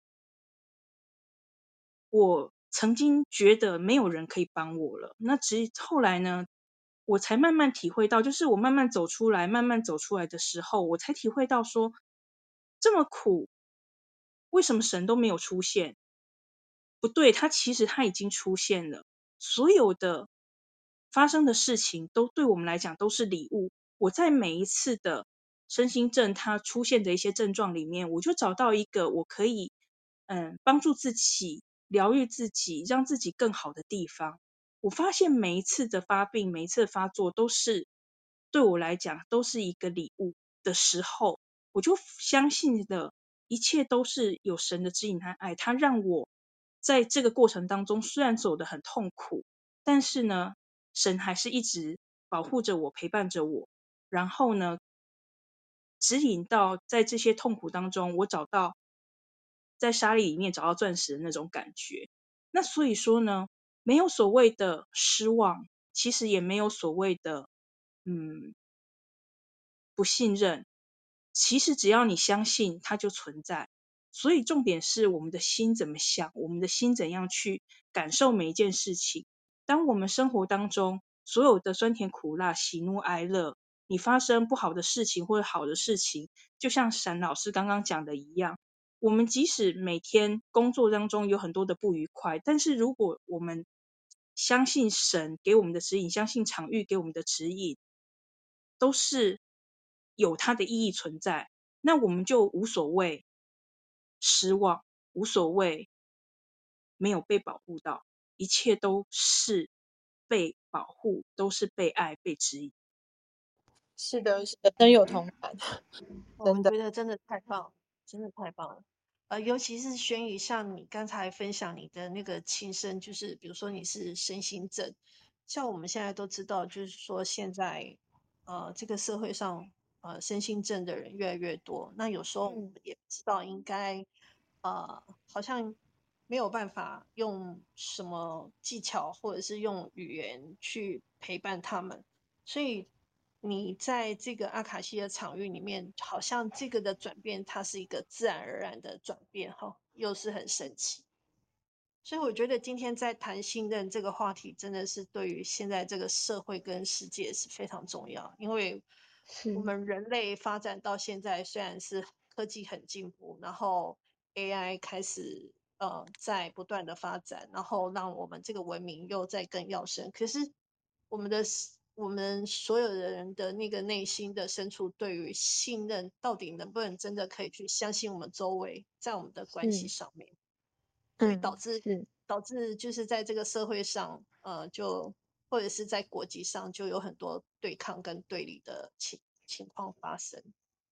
我曾经觉得没有人可以帮我了。那直后来呢，我才慢慢体会到，就是我慢慢走出来，慢慢走出来的时候，我才体会到说，这么苦，为什么神都没有出现？不对，他其实他已经出现了，所有的发生的事情都对我们来讲都是礼物。我在每一次的身心症它出现的一些症状里面，我就找到一个我可以嗯帮助自己、疗愈自己、让自己更好的地方。我发现每一次的发病、每一次的发作都是对我来讲都是一个礼物的时候，我就相信的一切都是有神的指引和爱，它让我在这个过程当中虽然走得很痛苦，但是呢，神还是一直保护着我，陪伴着我，然后呢，指引到在这些痛苦当中，我找到在沙砾里面找到钻石的那种感觉。那所以说呢，没有所谓的失望，其实也没有所谓的嗯不信任，其实只要你相信，它就存在。所以重点是我们的心怎么想，我们的心怎样去感受每一件事情。当我们生活当中所有的酸甜苦辣、喜怒哀乐，你发生不好的事情或者好的事情，就像闪老师刚刚讲的一样，我们即使每天工作当中有很多的不愉快，但是如果我们相信神给我们的指引，相信场域给我们的指引，都是有它的意义存在，那我们就无所谓失望，无所谓没有被保护到，一切都是被保护，都是被爱、被指引。 是的，是的，深有同感， 我真的。 觉得真的太棒了，真的太棒了。呃，尤其是轩宇，像你刚才分享你的那个亲身，就是比如说你是身心症，像我们现在都知道，就是说现在呃这个社会上呃身心症的人越来越多，那有时候我们嗯也不知道应该呃好像没有办法用什么技巧或者是用语言去陪伴他们，所以你在这个阿卡西的场域里面，好像这个的转变，它是一个自然而然的转变，哈，又是很神奇。所以我觉得今天在谈信任这个话题，真的是对于现在这个社会跟世界是非常重要，因为我是们人类发展到现在，虽然是科技很进步，然后 A I 开始呃在不断的发展，然后让我们这个文明又在更耀升，可是我们的我们所有的人的那个内心的深处，对于信任到底能不能真的可以去相信我们周围，在我们的关系是上面。所以导嗯， 致是导致就是在这个社会上，呃，就或者是在国际上，就有很多对抗跟对立的情情况发生。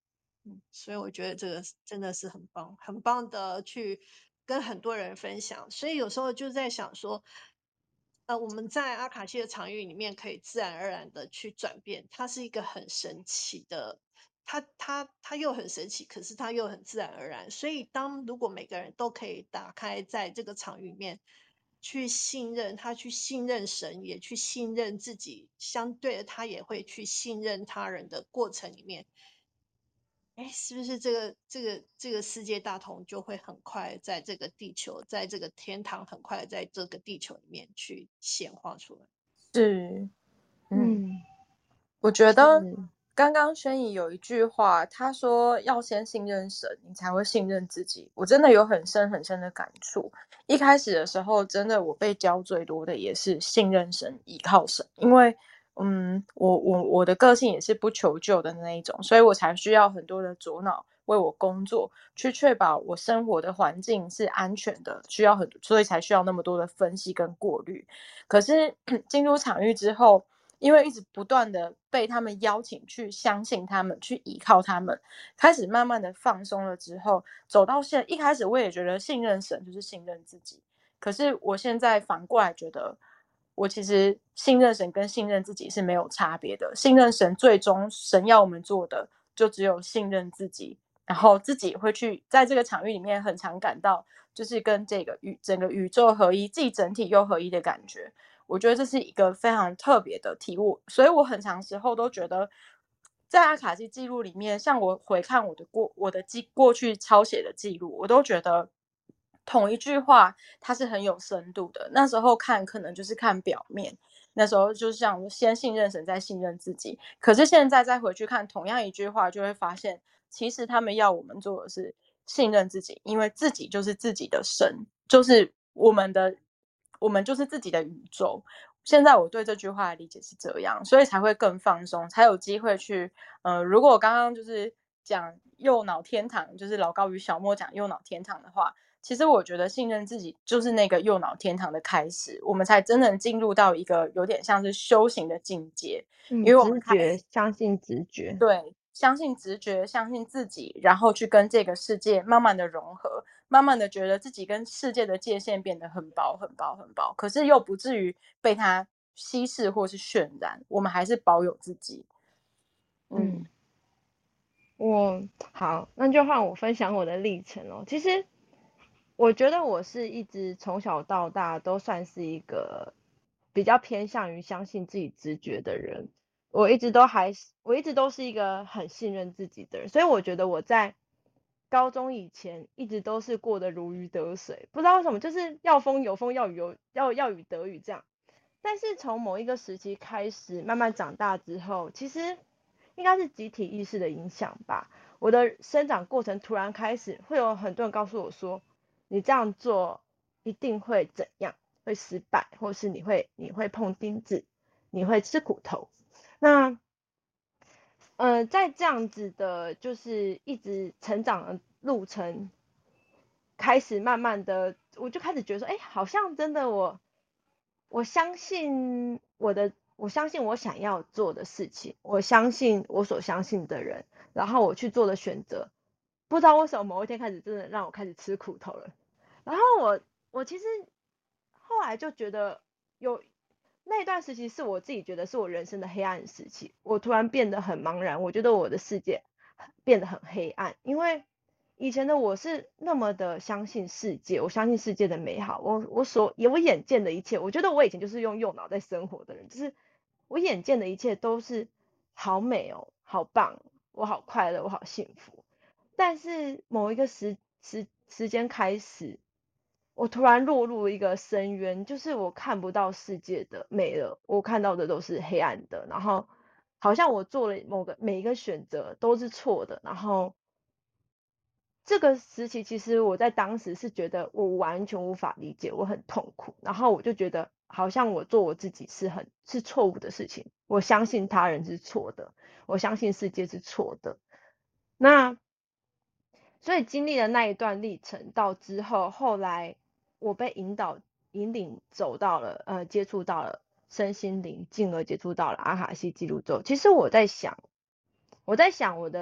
嗯，所以我觉得这个真的是很棒，很棒的去跟很多人分享。所以有时候就在想说，呃，我们在阿卡西的场域里面可以自然而然的去转变，它是一个很神奇的，它它它又很神奇，可是它又很自然而然。所以当如果每个人都可以打开在这个场域里面去信任他，去信任神，也去信任自己，相对的他也会去信任他人的过程里面。哎，是不是这个这个这个世界大同就会很快在这个地球，在这个天堂，很快在这个地球里面去显化出来？ 是，嗯， 嗯， 我觉得是， 刚刚轩怡有一句话，她说要先信任神，你才会信任自己。我真的有很深很深的感触。一开始的时候，真的我被教最多的也是信任神、依靠神，因为嗯，我我我的个性也是不求救的那一种，所以我才需要很多的左脑为我工作，去确保我生活的环境是安全的，需要很多，所以才需要那么多的分析跟过滤。可是进入场域之后，因为一直不断的被他们邀请去相信他们，去依靠他们，开始慢慢的放松了之后，走到现一开始我也觉得信任神就是信任自己，可是我现在反过来觉得，我其实信任神跟信任自己是没有差别的。信任神，最终神要我们做的就只有信任自己，然后自己会去在这个场域里面很常感到就是跟这个宇整个宇宙合一，自己整体又合一的感觉。我觉得这是一个非常特别的体悟，所以我很长时候都觉得，在阿卡西记录里面，像我回看我的过我的记过去抄写的记录，我都觉得同一句话它是很有深度的。那时候看可能就是看表面，那时候就像先信任神，再信任自己。可是现在再回去看同样一句话，就会发现，其实他们要我们做的是信任自己，因为自己就是自己的神，就是我们的，我们就是自己的宇宙。现在我对这句话的理解是这样，所以才会更放松，才有机会去，呃，如果我刚刚就是讲右脑天堂，就是老高与小莫讲右脑天堂的话，其实我觉得信任自己就是那个右脑天堂的开始，我们才真正进入到一个有点像是修行的境界， 嗯， 因为我们直觉，相信直觉。 对，相信直觉，相信自己，然后去跟这个世界慢慢的融合，慢慢的觉得自己跟世界的界限变得很薄很薄很薄，可是又不至于被它稀释或是渲染，我们还是保有自己。 嗯，我好，那就换我分享我的历程哦。其实我觉得我是一直从小到大都算是一个比较偏向于相信自己直觉的人。我一直都还是，我一直都是一个很信任自己的人，所以我觉得我在高中以前一直都是过得如鱼得水，不知道为什么，就是要风有风，要雨有要要雨得雨这样。但是从某一个时期开始，慢慢长大之后，其实应该是集体意识的影响吧。我的生长过程突然开始会有很多人告诉我说，你这样做一定会怎样，会失败，或是你会你会碰钉子，你会吃苦头。那呃，在这样子的，就是一直成长的路程，开始慢慢的，我就开始觉得说，哎，好像真的我，我相信我的，我相信我想要做的事情，我相信我所相信的人，然后我去做的选择，不知道为什么某一天开始真的让我开始吃苦头了。然后我我其实后来就觉得有那段时期是我自己觉得是我人生的黑暗时期，我突然变得很茫然，我觉得我的世界变得很黑暗，因为以前的我是那么的相信世界，我相信世界的美好，我我所我眼见的一切，我觉得我以前就是用右脑在生活的人，就是我眼见的一切都是好美哦，好棒，我好快乐，我好幸福。但是某一个时时时间开始，我突然落入一个深渊，就是我看不到世界的美了，我看到的都是黑暗的，然后好像我做了某个每一个选择都是错的，然后这个时期其实我在当时是觉得我完全无法理解，我很痛苦，然后我就觉得好像我做我自己是很是错误的事情，我相信他人是错的，我相信世界是错的。那所以经历了那一段历程到之后，后来我被引导引领走到了呃接触到了身心灵，进而接触到了阿卡西记录之后，其实我在想，我在想我的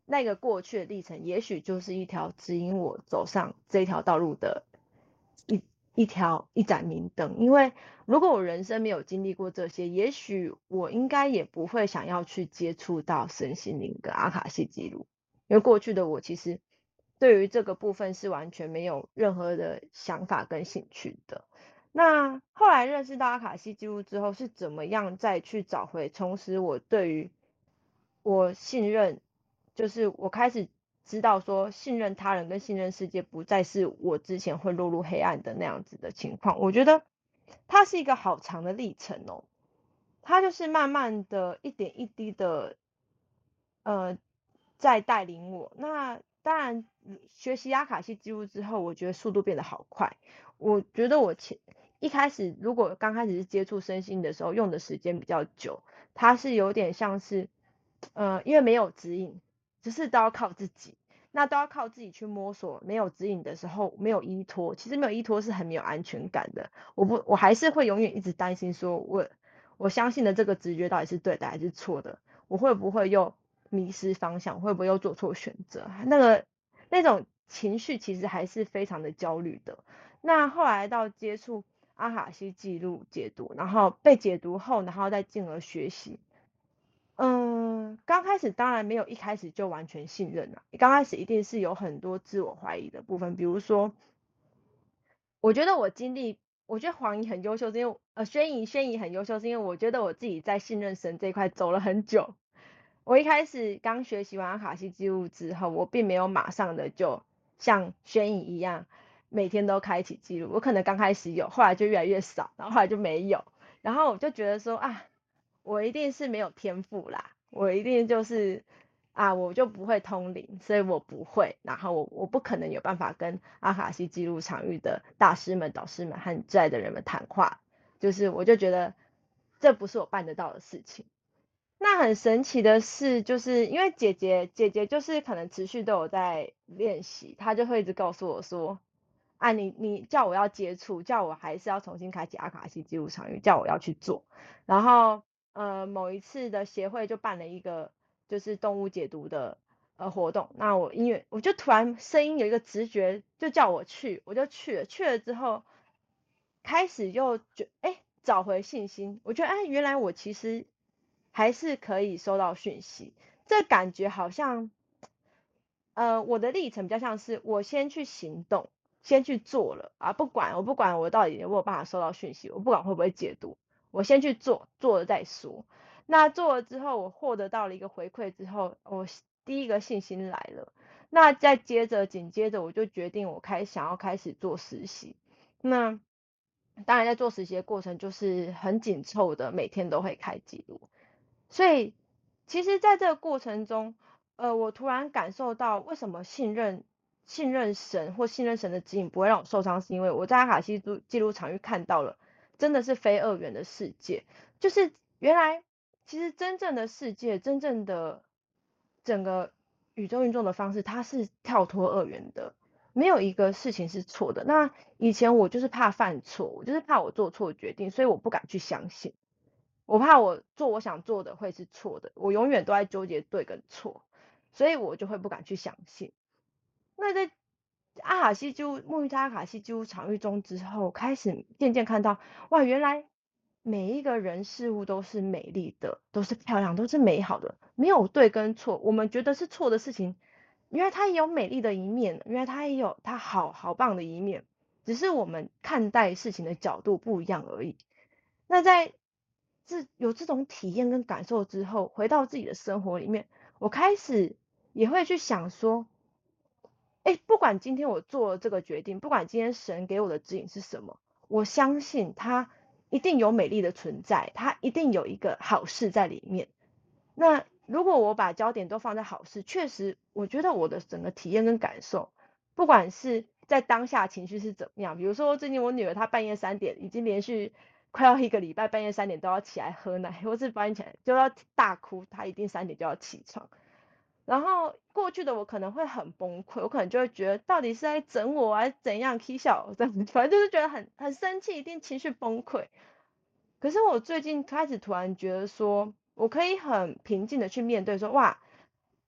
那个过去的历程，也许就是一条指引我走上这条道路的一一条一盏明灯。因为如果我人生没有经历过这些，也许我应该也不会想要去接触到身心灵跟阿卡西记录，因为过去的我其实对于这个部分是完全没有任何的想法跟兴趣的。那后来认识到阿卡西记录之后，是怎么样再去找回重拾我对于我信任，就是我开始知道说信任他人跟信任世界不再是我之前会落入黑暗的那样子的情况。我觉得它是一个好长的历程哦，它就是慢慢的一点一滴的呃在带领我。那当然学习阿卡西记录之后，我觉得速度变得好快。我觉得我前一开始如果刚开始是接触身心的时候，用的时间比较久，它是有点像是呃因为没有指引，只是都要靠自己，那都要靠自己去摸索。没有指引的时候，没有依托，其实没有依托是很没有安全感的。我不我还是会永远一直担心说我我相信的这个直觉到底是对的还是错的，我会不会又迷失方向，会不会又做错选择，那个那种情绪其实还是非常的焦虑的。那后来到接触阿卡西记录解读，然后被解读后，然后再进而学习。嗯，刚开始当然没有一开始就完全信任了，刚开始一定是有很多自我怀疑的部分。比如说我觉得我经历，我觉得黄怡很优秀，是因为呃轩怡轩怡很优秀，是因为我觉得我自己在信任神这一块走了很久。我一开始刚学习完阿卡西记录之后，我并没有马上的就像轩怡一样每天都开启记录，我可能刚开始有，后来就越来越少，然后后来就没有。然后我就觉得说啊，我一定是没有天赋啦，我一定就是啊，我就不会通灵，所以我不会，然后我我不可能有办法跟阿卡西记录场域的大师们、导师们和挚爱的人们谈话，就是我就觉得这不是我办得到的事情。那很神奇的是，就是因为姐姐姐姐就是可能持续都有在练习，她就会一直告诉我说，啊你你叫我要接触，叫我还是要重新开启阿卡西记录场域，叫我要去做。然后呃某一次的协会就办了一个就是动物解读的呃活动，那我音乐我就突然声音有一个直觉就叫我去，我就去了。去了之后开始又觉哎找回信心，我觉得哎原来我其实还是可以收到讯息，这感觉好像呃我的历程比较像是我先去行动，先去做了啊，不管我不管我到底有没有办法收到讯息，我不管会不会解读，我先去做，做了再说。那做了之后，我获得到了一个回馈之后，我第一个信心来了。那再接着紧接着，我就决定我开想要开始做实习。那当然在做实习的过程就是很紧凑的，每天都会开记录。所以其实在这个过程中，呃，我突然感受到为什么信任信任神或信任神的指引不会让我受伤，是因为我在阿卡西记录场域看到了真的是非二元的世界，就是原来其实真正的世界，真正的整个宇宙运作的方式，它是跳脱二元的，没有一个事情是错的。那以前我就是怕犯错，我就是怕我做错决定，所以我不敢去相信。我怕我做我想做的会是错的，我永远都在纠结对跟错，所以我就会不敢去相信。那在阿卡西记录沐浴在阿卡西记录场域中之后，开始渐渐看到，哇，原来每一个人事物都是美丽的，都是漂亮，都是美好的，没有对跟错。我们觉得是错的事情，原来它也有美丽的一面，原来它也有它好好棒的一面，只是我们看待事情的角度不一样而已。那在这有这种体验跟感受之后，回到自己的生活里面，我开始也会去想说，哎，不管今天我做了这个决定，不管今天神给我的指引是什么，我相信它一定有美丽的存在，它一定有一个好事在里面。那如果我把焦点都放在好事，确实，我觉得我的整个体验跟感受，不管是在当下情绪是怎么样，比如说最近我女儿她半夜三点已经连续快要一个礼拜，半夜三点都要起来喝奶，或是半夜起来就要大哭，她一定三点就要起床。然后过去的我可能会很崩溃，我可能就会觉得到底是在整我还是怎样 ，K 笑这样子，反正就是觉得很很生气，一定情绪崩溃。可是我最近开始突然觉得说，我可以很平静的去面对说，哇，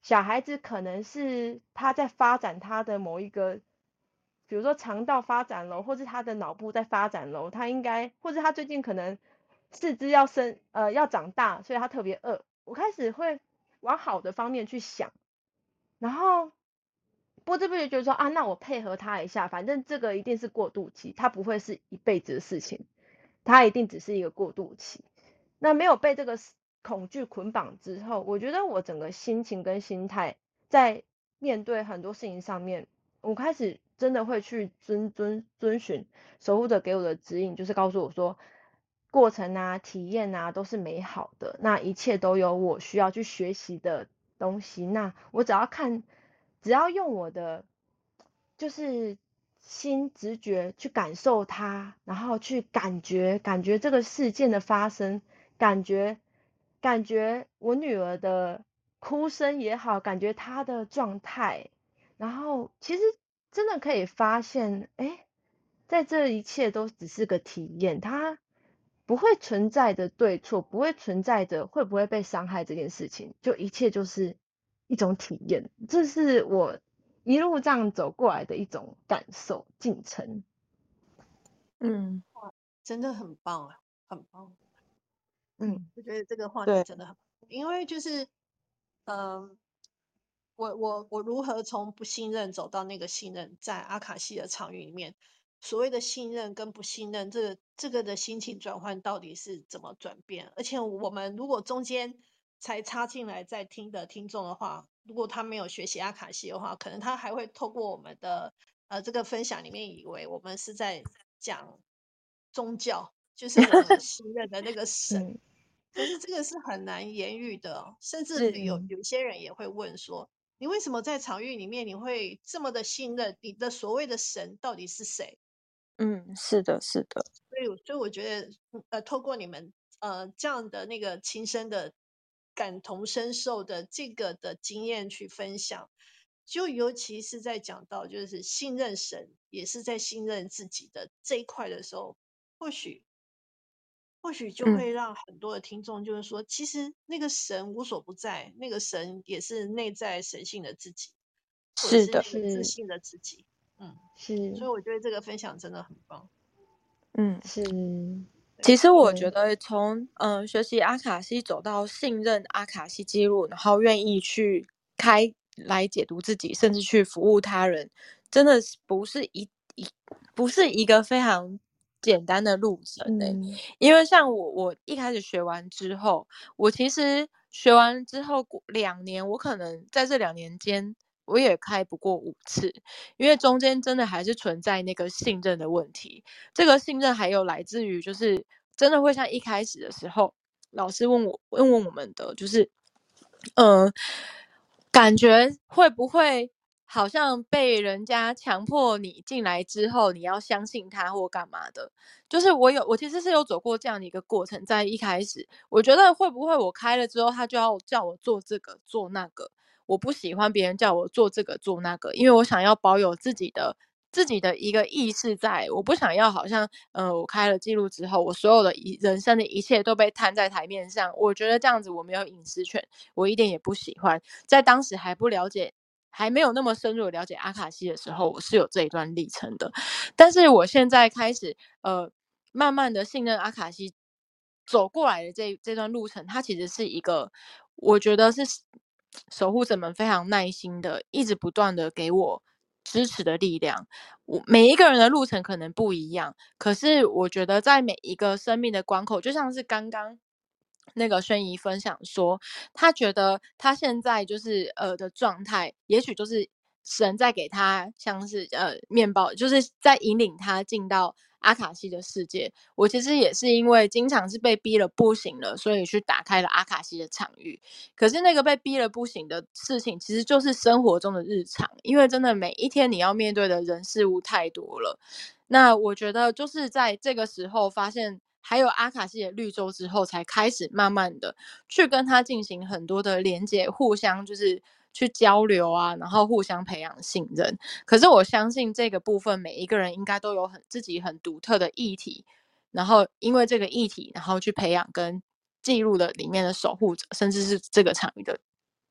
小孩子可能是他在发展他的某一个，比如说肠道发展咯，或是他的脑部在发展咯，他应该，或是他最近可能四肢要生呃要长大，所以他特别饿。我开始会往好的方面去想，然后不知不觉觉得说啊，那我配合他一下，反正这个一定是过渡期，它不会是一辈子的事情，它一定只是一个过渡期。那没有被这个恐惧捆绑之后，我觉得我整个心情跟心态在面对很多事情上面，我开始真的会去遵遵遵循守护者给我的指引，就是告诉我说，过程啊、体验啊都是美好的，那一切都有我需要去学习的东西，那我只要看，只要用我的就是心直觉去感受它，然后去感觉感觉这个事件的发生，感觉感觉我女儿的哭声也好，感觉她的状态，然后其实真的可以发现，哎，在这一切都只是个体验，它不会存在着对错，不会存在着会不会被伤害这件事情，就一切就是一种体验，这是我一路这样走过来的一种感受进程。 嗯， 哇，真的很棒啊，很棒。 嗯， 我觉得这个话题对， 真的很棒，因为就是，嗯、我我我如何从不信任走到那个信任，在阿卡西的场域里面，所谓的信任跟不信任，这个这个的心情转换到底是怎么转变？而且我们如果中间才插进来在听的听众的话，如果他没有学习阿卡西的话，可能他还会透过我们的呃这个分享里面，以为我们是在讲宗教，就是我们信任的那个神。 嗯， 可是这个是很难言喻的哦，甚至是有有些人也会问说，你为什么在场域里面你会这么的信任你的所谓的神到底是谁？ 嗯，是的，是的， 所以，所以我觉得，嗯呃，透过你们呃这样的那个亲身的感同身受的这个的经验去分享，就尤其是在讲到就是信任神，也是在信任自己的这一块的时候，或许或许就嗯， 会让很多的听众就是说，其实那个神无所不在，那个神也是内在神性的自己，或者是的， 是那个自是信的自己。嗯，所是以我觉得这个分享真的很棒。 嗯。 是， 其实我对觉得从嗯、呃学习阿卡西走到信任阿卡西记录，然后愿意去开来解读自己，甚至去服务他人，真的是不是一一不是一个非常简单的路程诶、 嗯因为像我我一开始学完之后，我其实学完之后两年，我可能在这两年间我也开不过五次，因为中间真的还是存在那个信任的问题。这个信任还有来自于就是真的会像一开始的时候老师问我问问我们的，就是呃感觉会不会好像被人家强迫你进来之后你要相信他或干嘛的，就是我有我其实是有走过这样的一个过程。在一开始我觉得会不会我开了之后他就要叫我做这个做那个，我不喜欢别人叫我做这个做那个，因为我想要保有自己的自己的一个意识在，我不想要好像呃我开了记录之后，我所有的一人生的一切都被摊在台面上，我觉得这样子我没有隐私权，我一点也不喜欢。在当时还不了解还没有那么深入的了解阿卡西的时候，我是有这一段历程的。但是我现在开始呃慢慢的信任阿卡西走过来的这这段路程，它其实是一个我觉得是守护者们非常耐心的一直不断的给我支持的力量。我每一个人的路程可能不一样，可是我觉得在每一个生命的关口，就像是刚刚那个轩怡分享说，他觉得他现在就是呃的状态，也许就是神在给他像是呃面包，就是在引领他进到阿卡西的世界。我其实也是因为经常是被逼了不行了，所以去打开了阿卡西的场域。可是那个被逼了不行的事情，其实就是生活中的日常，因为真的每一天你要面对的人事物太多了。那我觉得就是在这个时候发现还有阿卡西的绿洲之后，才开始慢慢的去跟他进行很多的连接，互相就是去交流啊，然后互相培养信任。可是我相信这个部分每一个人应该都有很自己很独特的议题，然后因为这个议题，然后去培养跟记录的里面的守护者，甚至是这个场域的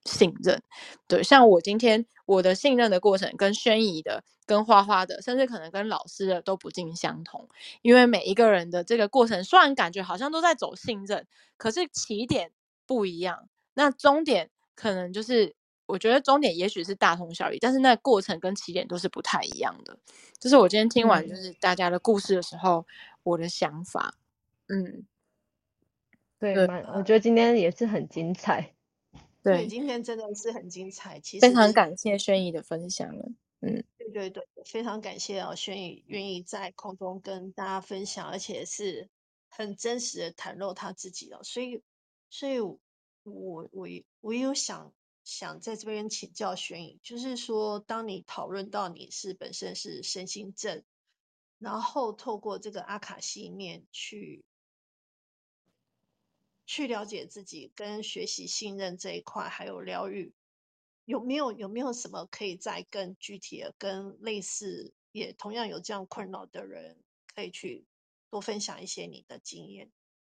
信任。对，像我今天我的信任的过程跟轩怡的跟花花的甚至可能跟老师的都不尽相同，因为每一个人的这个过程虽然感觉好像都在走信任，可是起点不一样，那终点可能就是我觉得终点也许是大同小异，但是那过程跟起点都是不太一样的。这是我今天听完就是大家的故事的时候、嗯、我的想法。嗯， 对，蛮我觉得今天也是很精彩。 对，对今天真的是很精彩。其实非常感谢轩怡的分享了。嗯， 对对对，非常感谢啊，轩怡愿意在空中跟大家分享，而且是很真实的袒露他自己哦。所以，所以我我我也有想想在这边请教轩怡，就是说，当你讨论到你是本身是身心症，然后透过这个阿卡西面去。去了解自己跟学习信任这一块，还有疗愈，有没有有没有什么可以再更具体的，跟类似也同样有这样困扰的人，可以去多分享一些你的经验？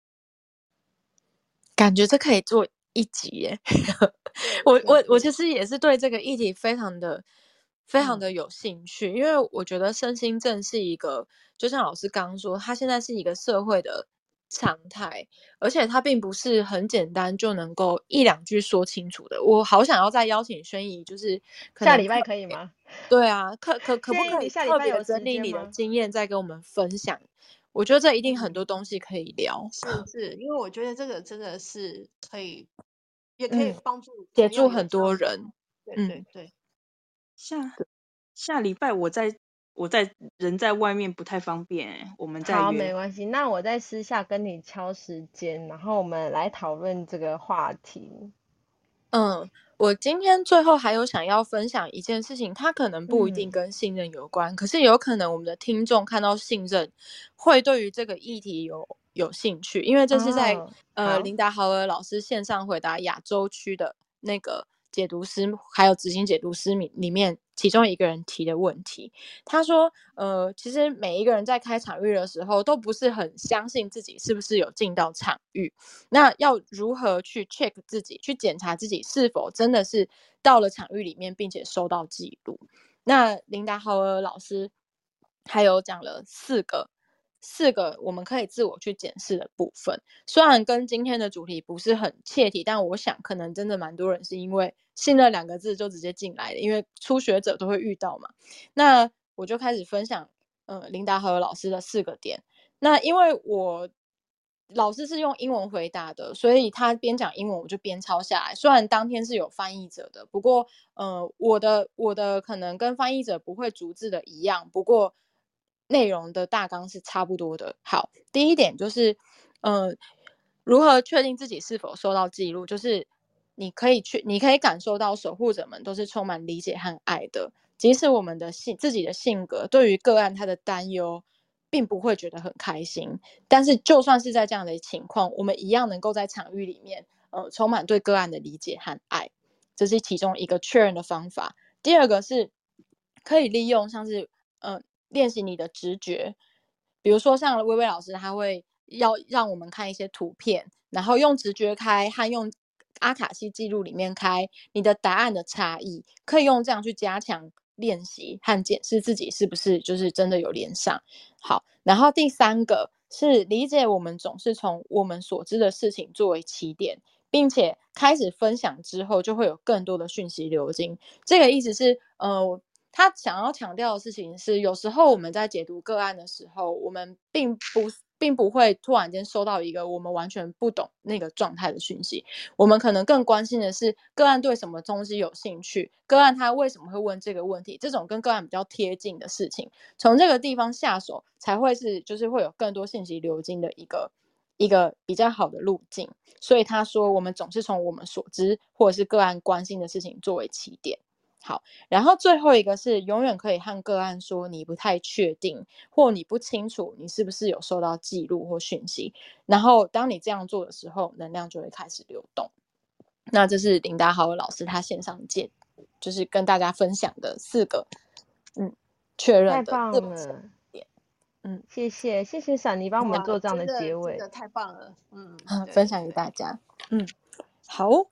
感觉这可以做一集耶。我我我其实也是对这个议题非常的非常的有兴趣、嗯、因为我觉得身心症是一个，就像老师刚刚说，它现在是一个社会的常态，而且它并不是很简单就能够一两句说清楚的。我好想要再邀请轩怡，就是可能下礼拜可以吗？ 对啊，可可可不可以特别整理你的经验再跟我们分享？我觉得这一定很多东西可以聊。 是是，因为我觉得这个真的是可以，也可以帮助协助很多人。 对对对。 嗯、下下礼拜我在我在人在外面不太方便，我们再约。 好，没关系，那我在私下跟你敲时间，然后我们来讨论这个话题。 嗯，我今天最后还有想要分享一件事情，它可能不一定跟信任有关、嗯、可是有可能我们的听众看到信任会对于这个议题有有兴趣，因为这是在、哦、呃琳达豪尔老师线上回答亚洲区的那个解读师还有执行解读师里面其中一个人提的问题。他说呃，其实每一个人在开场域的时候都不是很相信自己是不是有进到场域，那要如何去 check 自己，去检查自己是否真的是到了场域里面并且收到记录。那琳达豪尔老师还有讲了四个四个我们可以自我去检视的部分，虽然跟今天的主题不是很切题，但我想可能真的蛮多人是因为信任两个字就直接进来的，因为初学者都会遇到嘛。那我就开始分享呃琳达豪尔老师的四个点。那因为我老师是用英文回答的，所以他边讲英文我就边抄下来，虽然当天是有翻译者的，不过呃我的我的可能跟翻译者不会逐字的一样，不过内容的大纲是差不多的。好，第一点就是呃如何确定自己是否收到记录，就是你可以去你可以感受到守护者们都是充满理解和爱的，即使我们的性自己的性格对于个案他的担忧并不会觉得很开心，但是就算是在这样的情况，我们一样能够在场域里面呃充满对个案的理解和爱，这是其中一个确认的方法。第二个是可以利用像是呃练习你的直觉，比如说像薇薇老师他会要让我们看一些图片，然后用直觉开和用阿卡西记录里面开你的答案的差异，可以用这样去加强练习和检视自己是不是就是真的有连上。好，然后第三个是理解我们总是从我们所知的事情作为起点，并且开始分享之后就会有更多的讯息流进。这个意思是呃他想要强调的事情是，有时候我们在解读个案的时候，我们并不并不会突然间收到一个我们完全不懂那个状态的讯息，我们可能更关心的是个案对什么东西有兴趣，个案他为什么会问这个问题，这种跟个案比较贴近的事情，从这个地方下手才会是就是会有更多信息流进的一个一个比较好的路径。所以他说我们总是从我们所知或者是个案关心的事情作为起点。好，然后最后一个是永远可以和个案说你不太确定或你不清楚你是不是有收到记录或讯息，然后当你这样做的时候能量就会开始流动。那这是琳达豪尔老师他线上见就是跟大家分享的四个嗯确认的太棒了，嗯，谢谢谢谢闪妮帮我们做这样的结尾， 真的太棒了，嗯， 分享给大家。嗯，好，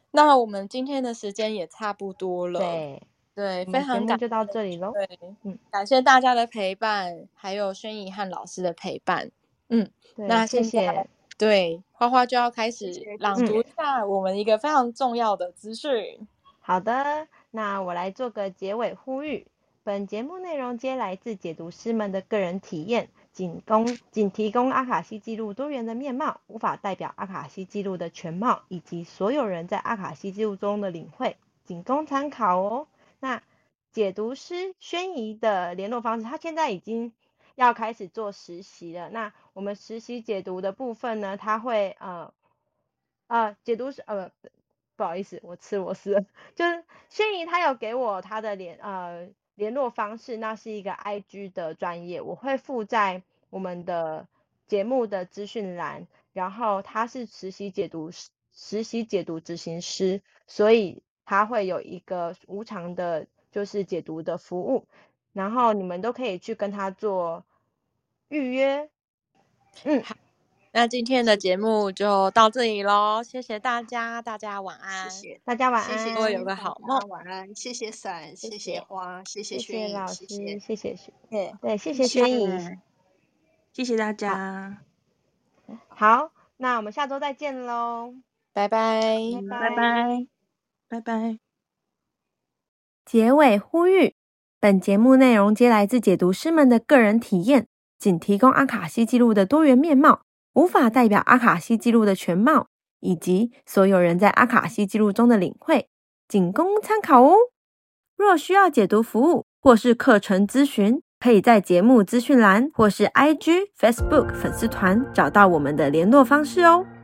那我们今天的时间也差不多了。 对， 对， 我非常感们节目就到这里咯。 对， 嗯， 感谢大家的陪伴，还有轩怡和老师的陪伴。嗯， 对， 那谢现在谢。 对花花就要开谢谢始朗嗯读一下我们一个非常重要的资讯。 好的，那我来做个结尾呼吁。本节目内容皆来自解读师们的个人体验，仅供仅提供阿卡西记录多元的面貌，无法代表阿卡西记录的全貌，以及所有人在阿卡西记录中的领会，仅供参考哦。那解读师轩怡的联络方式，他现在已经要开始做实习了。那我们实习解读的部分呢，他会呃呃解读是呃。不好意思，我吃螺丝了。就是轩怡她有给我她的联呃联络方式，那是一个 I G 的专业，我会附在我们的节目的资讯栏。然后他是实习解读实习解读执行师，所以他会有一个无偿的，就是解读的服务，然后你们都可以去跟他做预约。嗯。 那今天的节目就到这里咯，谢谢大家，大家晚安。 谢谢大家晚谢谢安， 各位有个好梦， 晚安，谢谢伞，谢谢谢谢花，谢谢谢轩怡， 谢老师， 谢谢谢谢轩， 对对，谢谢轩怡。 谢谢大家， 好，那我们下周再见喽， 拜拜， 拜拜，拜拜。 结尾呼吁：本节目内容皆来自解读师们的个人体验，仅提供阿卡西记录的多元面貌，无法代表阿卡西记录的全貌，以及所有人在阿卡西记录中的领会，仅供参考哦。若需要解读服务或是课程咨询，可以在节目资讯栏或是 I G、Facebook 粉丝团找到我们的联络方式哦。